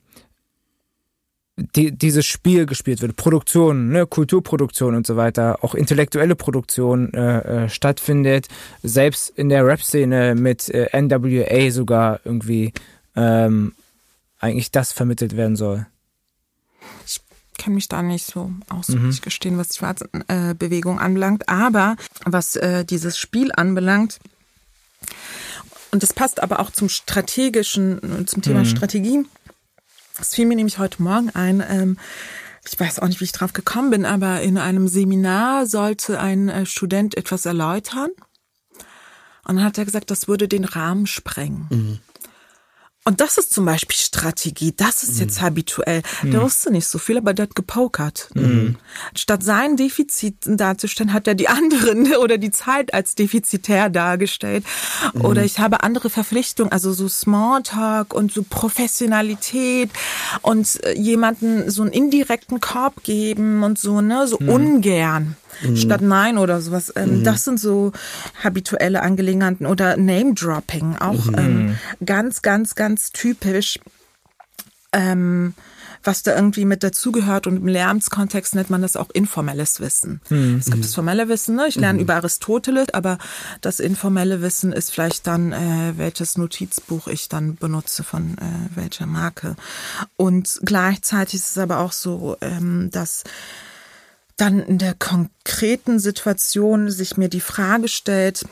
Die, dieses Spiel gespielt wird, Produktion, ne, Kulturproduktion und so weiter, auch intellektuelle Produktion äh, äh, stattfindet, selbst in der Rap-Szene mit äh, N W A sogar irgendwie ähm, eigentlich das vermittelt werden soll. Ich kenne mich da nicht so aus, muss mhm. ich gestehen, was die schwarze äh, Bewegung anbelangt, aber was äh, dieses Spiel anbelangt, und das passt aber auch zum strategischen, zum Thema mhm. Strategie. Es fiel mir nämlich heute Morgen ein, ähm, ich weiß auch nicht, wie ich drauf gekommen bin, aber in einem Seminar sollte ein äh, Student etwas erläutern. Und dann hat er gesagt, das würde den Rahmen sprengen. Mhm. Und das ist zum Beispiel Strategie, das ist jetzt mhm. habituell. Der mhm. wusste nicht so viel, aber der hat gepokert. Mhm. Statt sein Defizit darzustellen, hat er die anderen oder die Zeit als defizitär dargestellt. Mhm. Oder ich habe andere Verpflichtungen, also so Smalltalk und so Professionalität und jemanden so einen indirekten Korb geben und so, ne, so mhm. ungern. Mhm. Statt Nein oder sowas. Ähm, mhm. Das sind so habituelle Angelegenheiten oder Name-Dropping, auch mhm. ähm, ganz, ganz, ganz typisch, ähm, was da irgendwie mit dazugehört. Und im Lehramtskontext nennt man das auch informelles Wissen. Mhm. Es gibt das formelle Wissen, ne? Ich lerne mhm. über Aristoteles, aber das informelle Wissen ist vielleicht dann, äh, welches Notizbuch ich dann benutze von äh, welcher Marke. Und gleichzeitig ist es aber auch so, ähm, dass dann in der konkreten Situation sich mir die Frage stellt,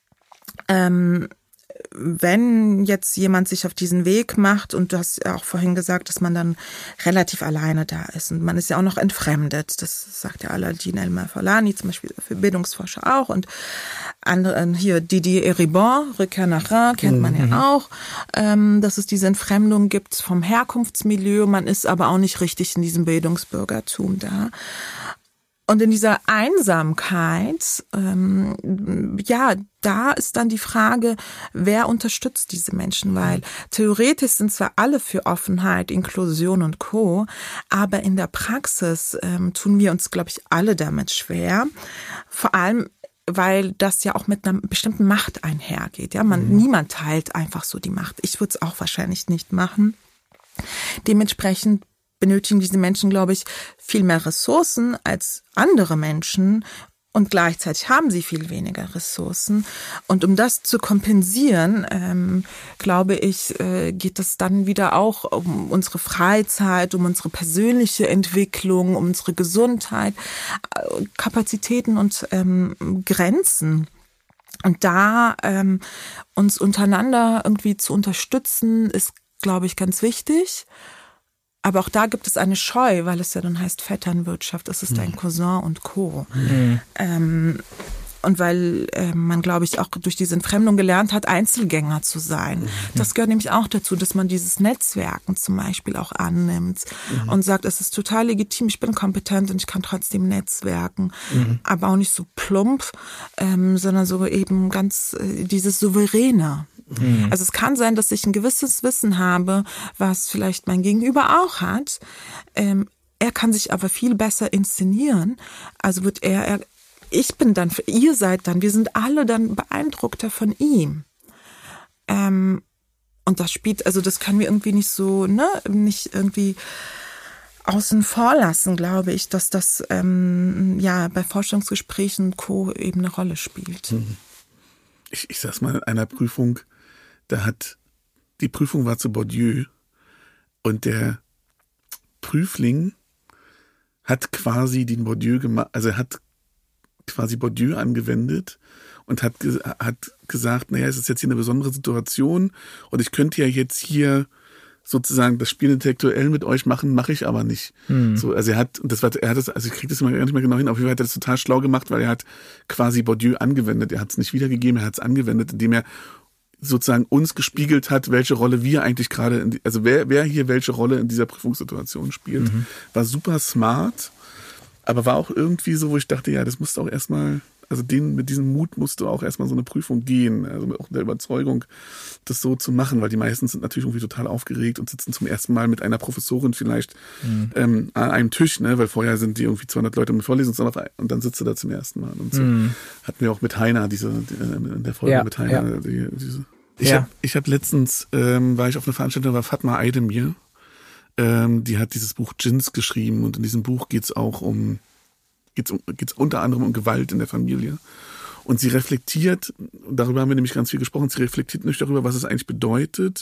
ähm, wenn jetzt jemand sich auf diesen Weg macht, und du hast ja auch vorhin gesagt, dass man dann relativ alleine da ist und man ist ja auch noch entfremdet, das sagt ja Aladdin El-Mafalani zum Beispiel für Bildungsforscher auch, und andere, hier Didier Eribon, Rückkehr nach Reims, kennt man mhm. ja auch, ähm, dass es diese Entfremdung gibt vom Herkunftsmilieu, man ist aber auch nicht richtig in diesem Bildungsbürgertum da. Und in dieser Einsamkeit, ähm, ja, da ist dann die Frage, wer unterstützt diese Menschen? Weil theoretisch sind zwar alle für Offenheit, Inklusion und Co., aber in der Praxis ähm, tun wir uns, glaube ich, alle damit schwer. Vor allem, weil das ja auch mit einer bestimmten Macht einhergeht. Ja, man, mhm. niemand teilt einfach so die Macht. Ich würde es auch wahrscheinlich nicht machen. Dementsprechend benötigen diese Menschen, glaube ich, viel mehr Ressourcen als andere Menschen und gleichzeitig haben sie viel weniger Ressourcen. Und um das zu kompensieren, ähm, glaube ich, äh, geht es dann wieder auch um unsere Freizeit, um unsere persönliche Entwicklung, um unsere Gesundheit, äh, Kapazitäten und ähm, Grenzen. Und da ähm, uns untereinander irgendwie zu unterstützen, ist, glaube ich, ganz wichtig. Aber auch da gibt es eine Scheu, weil es ja dann heißt Vetternwirtschaft, es ist dein Cousin und Co. Mhm. Ähm, und weil äh, man, glaube ich, auch durch diese Entfremdung gelernt hat, Einzelgänger zu sein. Mhm. Das gehört nämlich auch dazu, dass man dieses Netzwerken zum Beispiel auch annimmt mhm. und sagt, es ist total legitim, ich bin kompetent und ich kann trotzdem netzwerken. Mhm. Aber auch nicht so plump, ähm, sondern so eben ganz äh, dieses Souveräne. Mhm. Also es kann sein, dass ich ein gewisses Wissen habe, was vielleicht mein Gegenüber auch hat. Ähm, er kann sich aber viel besser inszenieren. Also wird er... er Ich bin dann, ihr seid dann, wir sind alle dann beeindruckter von ihm. Ähm, und das spielt, also das können wir irgendwie nicht so, ne, nicht irgendwie außen vor lassen, glaube ich, dass das ähm, ja bei Forschungsgesprächen und Co. eben eine Rolle spielt. Ich, ich sag's mal, in einer Prüfung, da hat, die Prüfung war zu Bourdieu und der Prüfling hat quasi den Bourdieu gemacht, also er hat quasi Bourdieu angewendet und hat, hat gesagt, naja, es ist jetzt hier eine besondere Situation und ich könnte ja jetzt hier sozusagen das Spiel intellektuell mit euch machen, mache ich aber nicht. Mhm. So, also er hat, und das war, er hat das, also ich kriege das immer gar nicht mehr genau hin, auf jeden Fall hat er das total schlau gemacht, weil er hat quasi Bourdieu angewendet. Er hat es nicht wiedergegeben, er hat es angewendet, indem er sozusagen uns gespiegelt hat, welche Rolle wir eigentlich gerade, in die, also wer, wer hier welche Rolle in dieser Prüfungssituation spielt. Mhm. War super smart. Aber war auch irgendwie so, wo ich dachte, ja, das musst du auch erstmal, also den, mit diesem Mut musst du auch erstmal so eine Prüfung gehen, also auch der Überzeugung, das so zu machen, weil die meisten sind natürlich irgendwie total aufgeregt und sitzen zum ersten Mal mit einer Professorin vielleicht mhm. ähm, an einem Tisch, ne, weil vorher sind die irgendwie zweihundert Leute mit Vorlesungen und dann sitzt du da zum ersten Mal. Und so mhm. hatten wir auch mit Heiner, diese, die, in der Folge ja, mit Heiner, ja. die, diese. Ich ja. habe ich hab letztens, ähm, war ich auf einer Veranstaltung, da war Fatma Aydemir. Die hat dieses Buch Djinns geschrieben und in diesem Buch geht's auch um, geht's um, geht's unter anderem um Gewalt in der Familie. Und sie reflektiert, darüber haben wir nämlich ganz viel gesprochen, sie reflektiert nicht darüber, was es eigentlich bedeutet.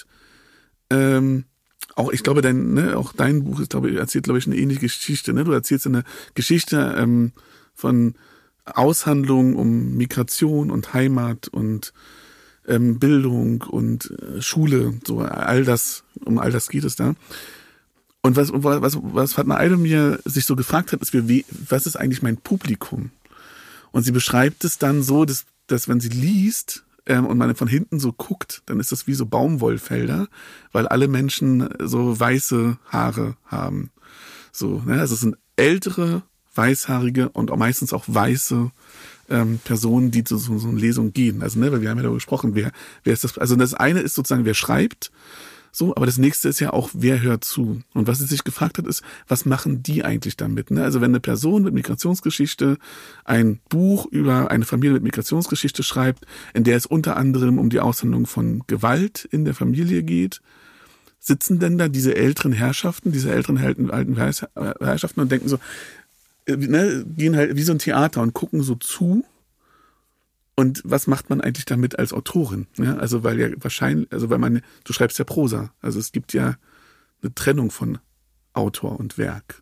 Ähm, auch, ich glaube, dein, ne, auch dein Buch ist, glaube ich, erzählt, glaube ich, eine ähnliche Geschichte, ne? Du erzählst eine Geschichte ähm, von Aushandlungen um Migration und Heimat und ähm, Bildung und äh, Schule, so all das, um all das geht es da. Und was, was, was Fatma Aydemir sich so gefragt hat, ist, wie, was ist eigentlich mein Publikum? Und sie beschreibt es dann so, dass, dass wenn sie liest ähm, und man von hinten so guckt, dann ist das wie so Baumwollfelder, weil alle Menschen so weiße Haare haben. So, ne? Also es sind ältere, weißhaarige und auch meistens auch weiße ähm, Personen, die zu so, so einer Lesung gehen. Also, ne, weil wir haben ja darüber gesprochen, wer, wer ist das? Also das eine ist sozusagen, wer schreibt. So, aber das nächste ist ja auch, wer hört zu? Und was sie sich gefragt hat, ist, was machen die eigentlich damit? Ne? Also wenn eine Person mit Migrationsgeschichte ein Buch über eine Familie mit Migrationsgeschichte schreibt, in der es unter anderem um die Aushandlung von Gewalt in der Familie geht, sitzen denn da diese älteren Herrschaften, diese älteren alten Herrschaften und denken so, ne, gehen halt wie so ein Theater und gucken so zu. Und was macht man eigentlich damit als Autorin? Ja, also weil ja wahrscheinlich, also weil man, du schreibst ja Prosa, also es gibt ja eine Trennung von Autor und Werk.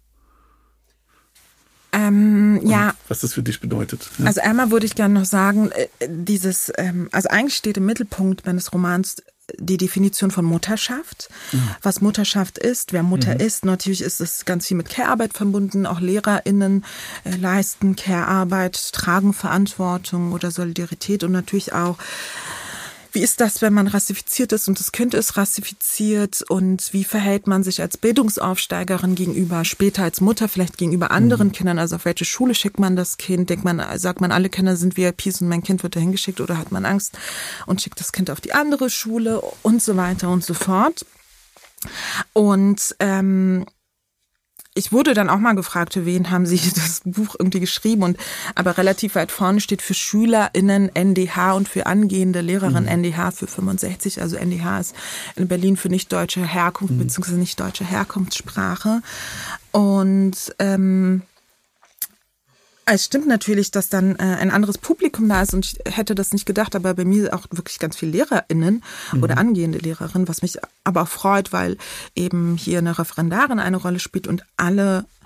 Ähm, und ja. Was das für dich bedeutet. Ja. Also einmal würde ich gerne noch sagen, dieses, also eigentlich steht im Mittelpunkt meines Romans die Definition von Mutterschaft, mhm. was Mutterschaft ist, wer Mutter mhm. ist. Natürlich ist es ganz viel mit Care-Arbeit verbunden. Auch LehrerInnen äh, leisten Care-Arbeit, tragen Verantwortung oder Solidarität und natürlich auch, wie ist das, wenn man rassifiziert ist und das Kind ist rassifiziert und wie verhält man sich als Bildungsaufsteigerin gegenüber, später als Mutter vielleicht gegenüber anderen mhm. Kindern, also auf welche Schule schickt man das Kind, denkt man, sagt man, alle Kinder sind V I Ps und mein Kind wird dahin geschickt oder hat man Angst und schickt das Kind auf die andere Schule und so weiter und so fort. Und ähm, ich wurde dann auch mal gefragt, für wen haben Sie das Buch irgendwie geschrieben? Und aber relativ weit vorne steht für SchülerInnen N D H und für angehende Lehrerinnen mhm. N D H für fünfundsechzig. Also N D H ist in Berlin für nicht deutsche Herkunft mhm. bzw. nicht deutsche Herkunftssprache. Und ähm, es stimmt natürlich, dass dann äh, ein anderes Publikum da ist und ich hätte das nicht gedacht, aber bei mir auch wirklich ganz viele LehrerInnen mhm. oder angehende Lehrerinnen, was mich aber auch freut, weil eben hier eine Referendarin eine Rolle spielt und alle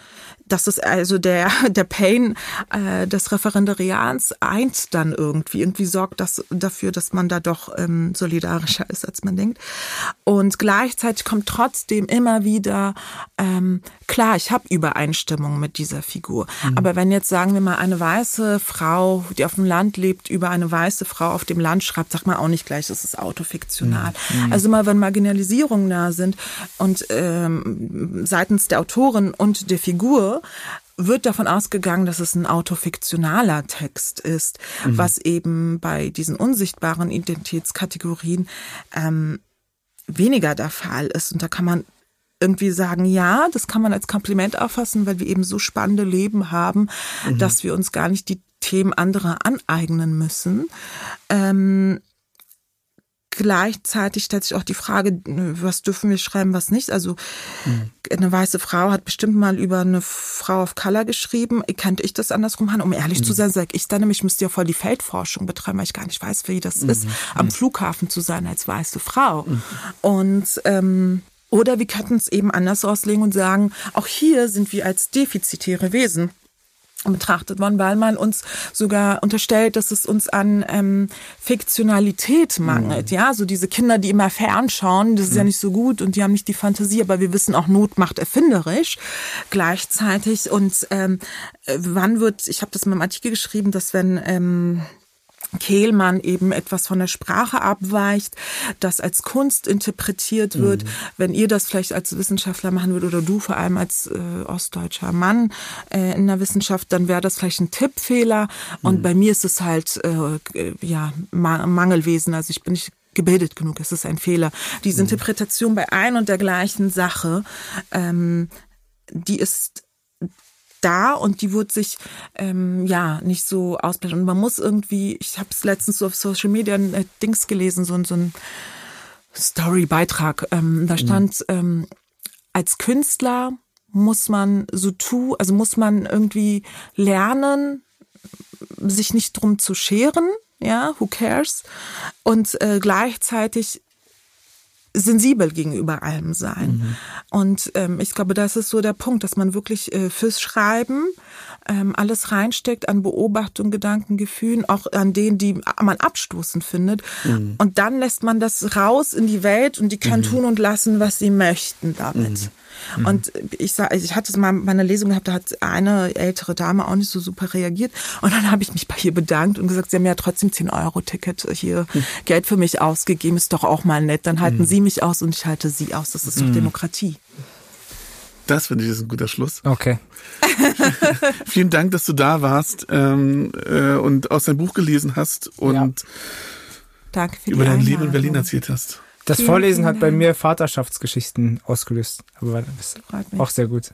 das ist also der, der Pain äh, des Referendariats eint dann irgendwie. Irgendwie sorgt das dafür, dass man da doch ähm, solidarischer ist, als man denkt. Und gleichzeitig kommt trotzdem immer wieder, ähm, klar, ich habe Übereinstimmung mit dieser Figur. Mhm. Aber wenn jetzt, sagen wir mal, eine weiße Frau, die auf dem Land lebt, über eine weiße Frau auf dem Land schreibt, sagt man auch nicht gleich, das ist autofiktional. Mhm. Also immer, wenn Marginalisierungen da sind und ähm, seitens der Autorin und der Figur wird davon ausgegangen, dass es ein autofiktionaler Text ist, mhm. was eben bei diesen unsichtbaren Identitätskategorien ähm, weniger der Fall ist. Und da kann man irgendwie sagen, ja, das kann man als Kompliment auffassen, weil wir eben so spannende Leben haben, mhm. dass wir uns gar nicht die Themen anderer aneignen müssen. Ähm, Gleichzeitig stellt sich auch die Frage, was dürfen wir schreiben, was nicht. Also mhm. eine weiße Frau hat bestimmt mal über eine Frau of Color geschrieben. Könnte ich das andersrum haben? Um ehrlich mhm. zu sein, sage ich dann nämlich, ich müsste ja voll die Feldforschung betreiben, weil ich gar nicht weiß, wie das mhm. ist, am mhm. Flughafen zu sein als weiße Frau. Mhm. Und ähm, oder wir könnten es eben anders auslegen und sagen, auch hier sind wir als defizitäre Wesen betrachtet worden, weil man uns sogar unterstellt, dass es uns an ähm, Fiktionalität mangelt. Mhm. Ja, so diese Kinder, die immer fernschauen, das ist mhm. ja nicht so gut und die haben nicht die Fantasie, aber wir wissen auch, Not macht erfinderisch gleichzeitig. Und ähm, wann wird, ich habe das in meinem Artikel geschrieben, dass wenn ähm, Kehlmann eben etwas von der Sprache abweicht, das als Kunst interpretiert wird. Mhm. Wenn ihr das vielleicht als Wissenschaftler machen würdet oder du vor allem als äh, ostdeutscher Mann äh, in der Wissenschaft, dann wäre das vielleicht ein Tippfehler. Und mhm. bei mir ist es halt äh, ja Ma- Mangelwesen. Also ich bin nicht gebildet genug. Es ist ein Fehler. Diese mhm. Interpretation bei ein und der gleichen Sache, ähm, die ist da und die wird sich ähm, ja nicht so ausbrechen. Und man muss irgendwie, ich habe es letztens so auf Social Media ein äh, Dings gelesen, so, so ein Story-Beitrag. Ähm, da stand, mhm. ähm, als Künstler muss man so tun, also muss man irgendwie lernen, sich nicht drum zu scheren, ja, who cares? Und äh, gleichzeitig sensibel gegenüber allem sein. Mhm. Und ähm, ich glaube, das ist so der Punkt, dass man wirklich äh, fürs Schreiben ähm, alles reinsteckt an Beobachtung, Gedanken, Gefühlen, auch an denen, die man abstoßend findet. Mhm. Und dann lässt man das raus in die Welt und die können mhm. tun und lassen, was sie möchten damit. Mhm. Mhm. Und ich sag, ich hatte es mal bei einer Lesung gehabt, da hat eine ältere Dame auch nicht so super reagiert. Und dann habe ich mich bei ihr bedankt und gesagt, sie haben ja trotzdem zehn Euro Ticket hier mhm. Geld für mich ausgegeben, ist doch auch mal nett. Dann halten mhm. sie mich aus und ich halte sie aus. Das ist doch mhm. Demokratie. Das finde ich ist ein guter Schluss. Okay. Vielen Dank, dass du da warst ähm, äh, und aus deinem Buch gelesen hast und ja. Danke für die über dein Leben in Einladung. Berlin erzählt hast. Das Vielen, Vorlesen vielen hat bei Dank. mir Vaterschaftsgeschichten ausgelöst. Aber das Freut mich. auch sehr gut.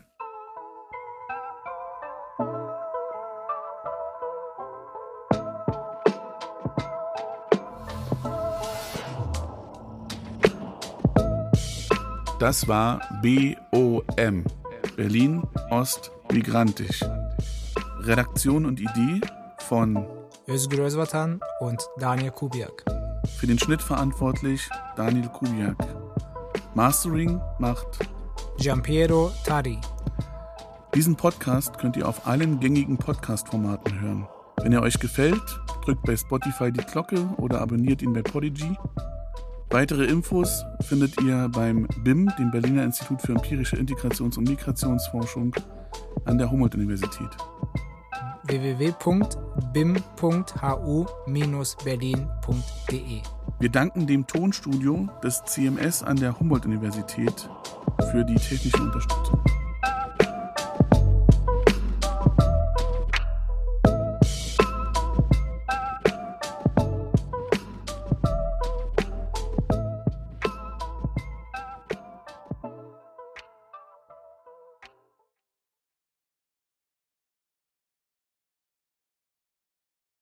Das war B O M, Berlin Ost Migrantisch. Redaktion und Idee von Özgür Özvatan und Daniel Kubiak. Für den Schnitt verantwortlich Daniel Kubiak. Mastering macht Giampiero Tari. Diesen Podcast könnt ihr auf allen gängigen Podcast-Formaten hören. Wenn er euch gefällt, drückt bei Spotify die Glocke oder abonniert ihn bei Podigy. Weitere Infos findet ihr beim B I M, dem Berliner Institut für empirische Integrations- und Migrationsforschung an der Humboldt-Universität. w w w punkt bim punkt h u bindestrich berlin punkt d e. Wir danken dem Tonstudio des C M S an der Humboldt-Universität für die technische Unterstützung.